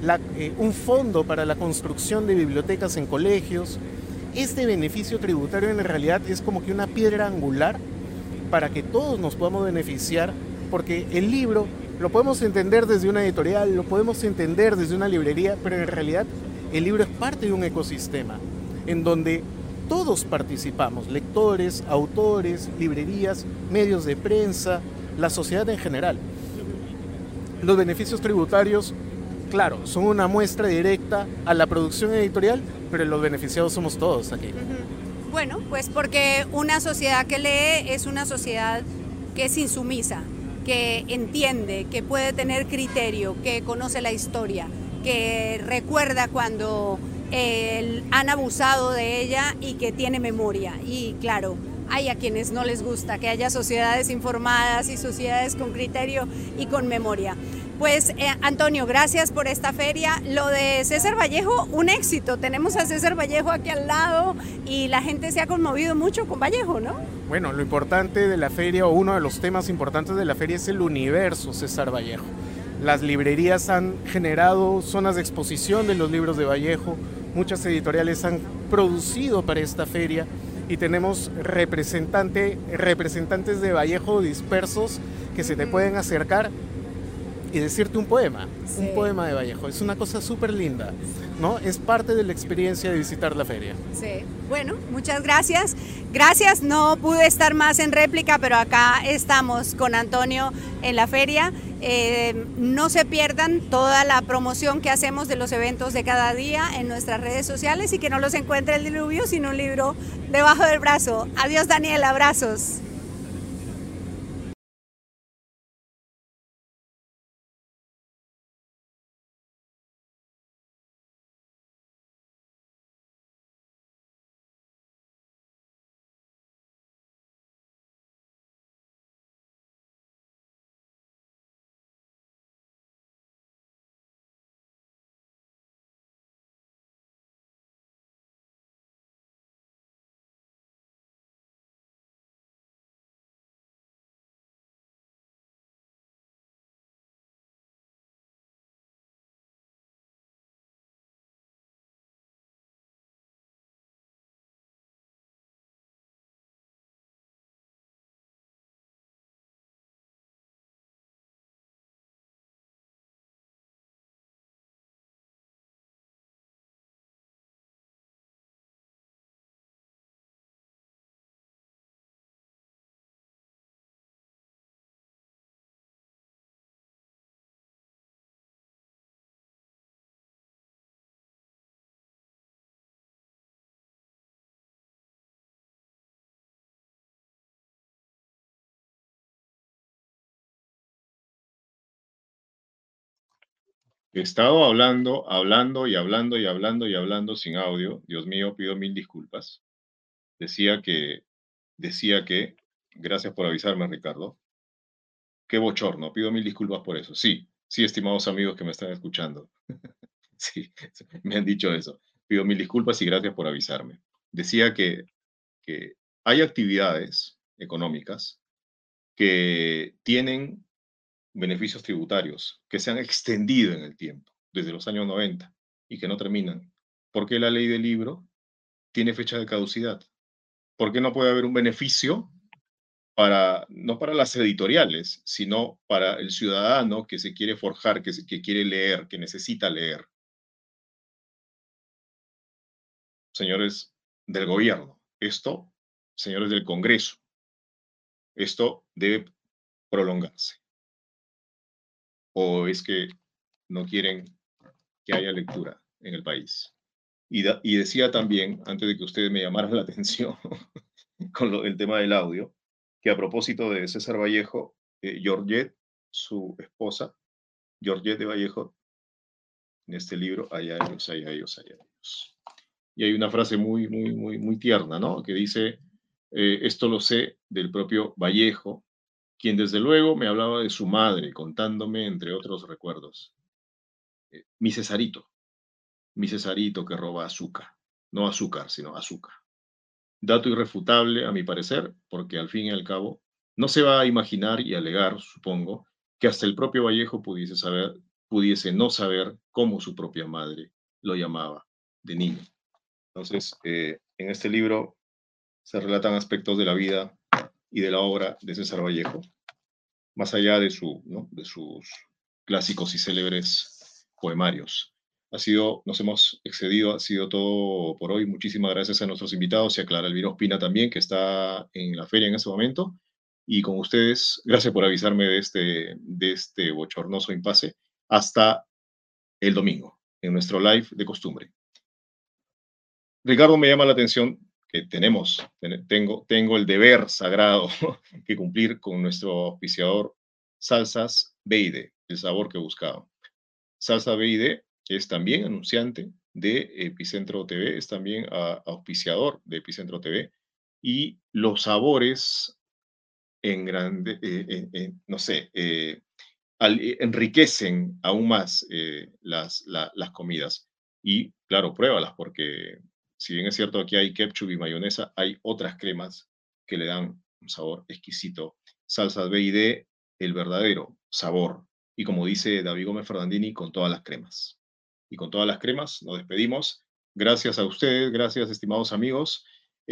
un fondo para la construcción de bibliotecas en colegios. Este beneficio tributario en realidad es como que una piedra angular para que todos nos podamos beneficiar, porque el libro lo podemos entender desde una editorial, lo podemos entender desde una librería, pero en realidad el libro es parte de un ecosistema en donde todos participamos, lectores, autores, librerías, medios de prensa, la sociedad en general. Los beneficios tributarios, claro, son una muestra directa a la producción editorial, pero los beneficiados somos todos aquí. Bueno, pues porque una sociedad que lee es una sociedad que es insumisa, que entiende, que puede tener criterio, que conoce la historia, que recuerda cuando han abusado de ella y que tiene memoria. Y claro, hay a quienes no les gusta que haya sociedades informadas y sociedades con criterio y con memoria. Pues Antonio, gracias por esta feria. Lo de César Vallejo, un éxito. Tenemos a César Vallejo aquí al lado y la gente se ha conmovido mucho con Vallejo, ¿no? Bueno, lo importante de la feria, o uno de los temas importantes de la feria, es el universo César Vallejo. Las librerías han generado zonas de exposición de los libros de Vallejo, muchas editoriales han producido para esta feria y tenemos representantes de Vallejo dispersos que se te pueden acercar y decirte un poema de Vallejo. Es una cosa súper linda, ¿no? Es parte de la experiencia de visitar la feria. Sí, bueno, muchas gracias. Gracias, no pude estar más en réplica, pero acá estamos con Antonio en la feria. No se pierdan toda la promoción que hacemos de los eventos de cada día en nuestras redes sociales y que no los encuentre el diluvio, sino un libro debajo del brazo. Adiós, Daniel, abrazos. He estado hablando y hablando y hablando y hablando sin audio. Dios mío, pido mil disculpas. Decía que, gracias por avisarme, Ricardo. Qué bochorno, pido mil disculpas por eso. Sí, sí, estimados amigos que me están escuchando. Sí, me han dicho eso. Pido mil disculpas y gracias por avisarme. Decía que hay actividades económicas que tienen beneficios tributarios que se han extendido en el tiempo, desde los años 90, y que no terminan. ¿Por qué la ley del libro tiene fecha de caducidad? ¿Por qué no puede haber un beneficio no para las editoriales, sino para el ciudadano que se quiere forjar, que quiere leer, que necesita leer? Señores del gobierno, señores del Congreso, esto debe prolongarse. ¿O es que no quieren que haya lectura en el país? Y decía también, antes de que ustedes me llamaran la atención con el tema del audio, que a propósito de César Vallejo, Georgette, su esposa, Georgette de Vallejo, en este libro, allá ellos, allá ellos, allá ellos. Y hay una frase muy, muy, muy, muy tierna, ¿no? Que dice, esto lo sé del propio Vallejo, quien desde luego me hablaba de su madre, contándome, entre otros recuerdos, mi Cesarito que roba azúcar, no azúcar, sino azúcar. Dato irrefutable, a mi parecer, porque al fin y al cabo no se va a imaginar y alegar, supongo, que hasta el propio Vallejo pudiese no saber cómo su propia madre lo llamaba de niño. Entonces, en este libro se relatan aspectos de la vida y de la obra de César Vallejo, más allá de sus clásicos y célebres poemarios. Nos hemos excedido, ha sido todo por hoy. Muchísimas gracias a nuestros invitados y a Clara Elvira Ospina también, que está en la feria en este momento. Y con ustedes, gracias por avisarme de este bochornoso impasse. Hasta el domingo, en nuestro live de costumbre. Ricardo, me llama la atención que tengo el deber sagrado que cumplir con nuestro auspiciador Salsas B&D, el sabor que buscaba. Salsa B&D es también anunciante de Epicentro TV, es también auspiciador de Epicentro TV, y los sabores enriquecen aún más las comidas. Y claro, pruébalas, porque si bien es cierto que hay ketchup y mayonesa, hay otras cremas que le dan un sabor exquisito. Salsas B&D, el verdadero sabor. Y como dice David Gómez Fernandini, con todas las cremas. Y con todas las cremas nos despedimos. Gracias a ustedes, gracias estimados amigos.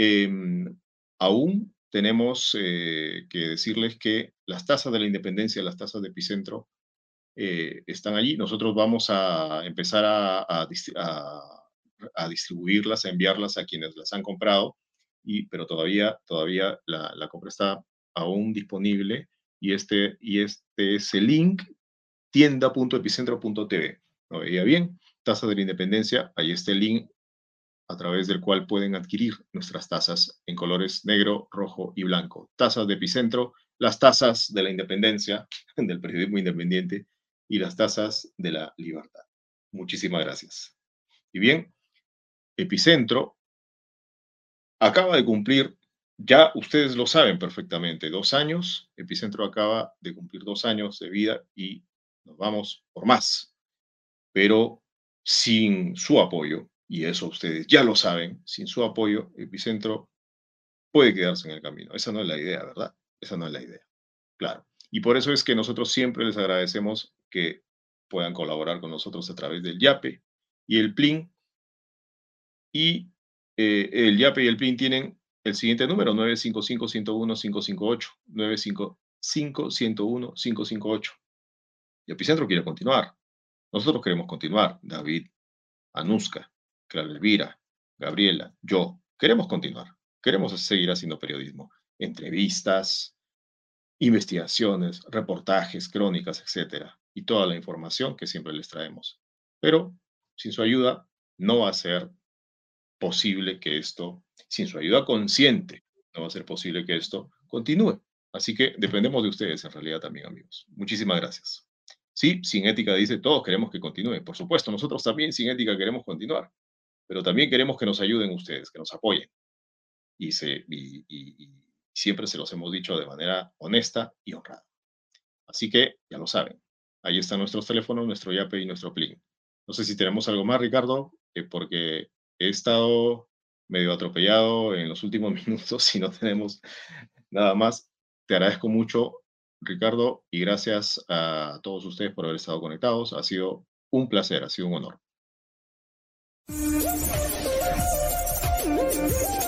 Aún tenemos que decirles que las tazas de la Independencia, las tazas de Epicentro, están allí. Nosotros vamos a empezar a distribuirlas, a enviarlas a quienes las han comprado, pero todavía la compra está aún disponible, y este es el link, tienda.epicentro.tv. ¿Lo veía bien? Taza de la Independencia, ahí está el link a través del cual pueden adquirir nuestras tazas en colores negro, rojo y blanco. Tazas de Epicentro, las tazas de la independencia, del periodismo independiente, y las tazas de la libertad. Muchísimas gracias. Y bien, Epicentro acaba de cumplir, ya ustedes lo saben perfectamente, 2 años. Epicentro acaba de cumplir 2 años de vida y nos vamos por más. Pero sin su apoyo, y eso ustedes ya lo saben, sin su apoyo, Epicentro puede quedarse en el camino. Esa no es la idea, ¿verdad? Esa no es la idea. Claro. Y por eso es que nosotros siempre les agradecemos que puedan colaborar con nosotros a través del YAPE y el PLIN. Y el YAPE y el PLIN tienen el siguiente número: 955-101-558, 955-101-558. Y Epicentro quiere continuar. Nosotros queremos continuar. David, Anuska, Clara Elvira, Gabriela, yo, queremos continuar. Queremos seguir haciendo periodismo. Entrevistas, investigaciones, reportajes, crónicas, etcétera, y toda la información que siempre les traemos. Pero sin su ayuda no va a ser posible que esto, sin su ayuda consciente, no va a ser posible que esto continúe. Así que dependemos de ustedes en realidad también, amigos. Muchísimas gracias. Sí, Sin Ética dice, todos queremos que continúe. Por supuesto, nosotros también Sin Ética queremos continuar, pero también queremos que nos ayuden ustedes, que nos apoyen. Y siempre se los hemos dicho de manera honesta y honrada. Así que ya lo saben. Ahí están nuestros teléfonos, nuestro Yape y nuestro Plin. No sé si tenemos algo más, Ricardo, porque he estado medio atropellado en los últimos minutos y no tenemos nada más. Te agradezco mucho, Ricardo, y gracias a todos ustedes por haber estado conectados. Ha sido un placer, ha sido un honor.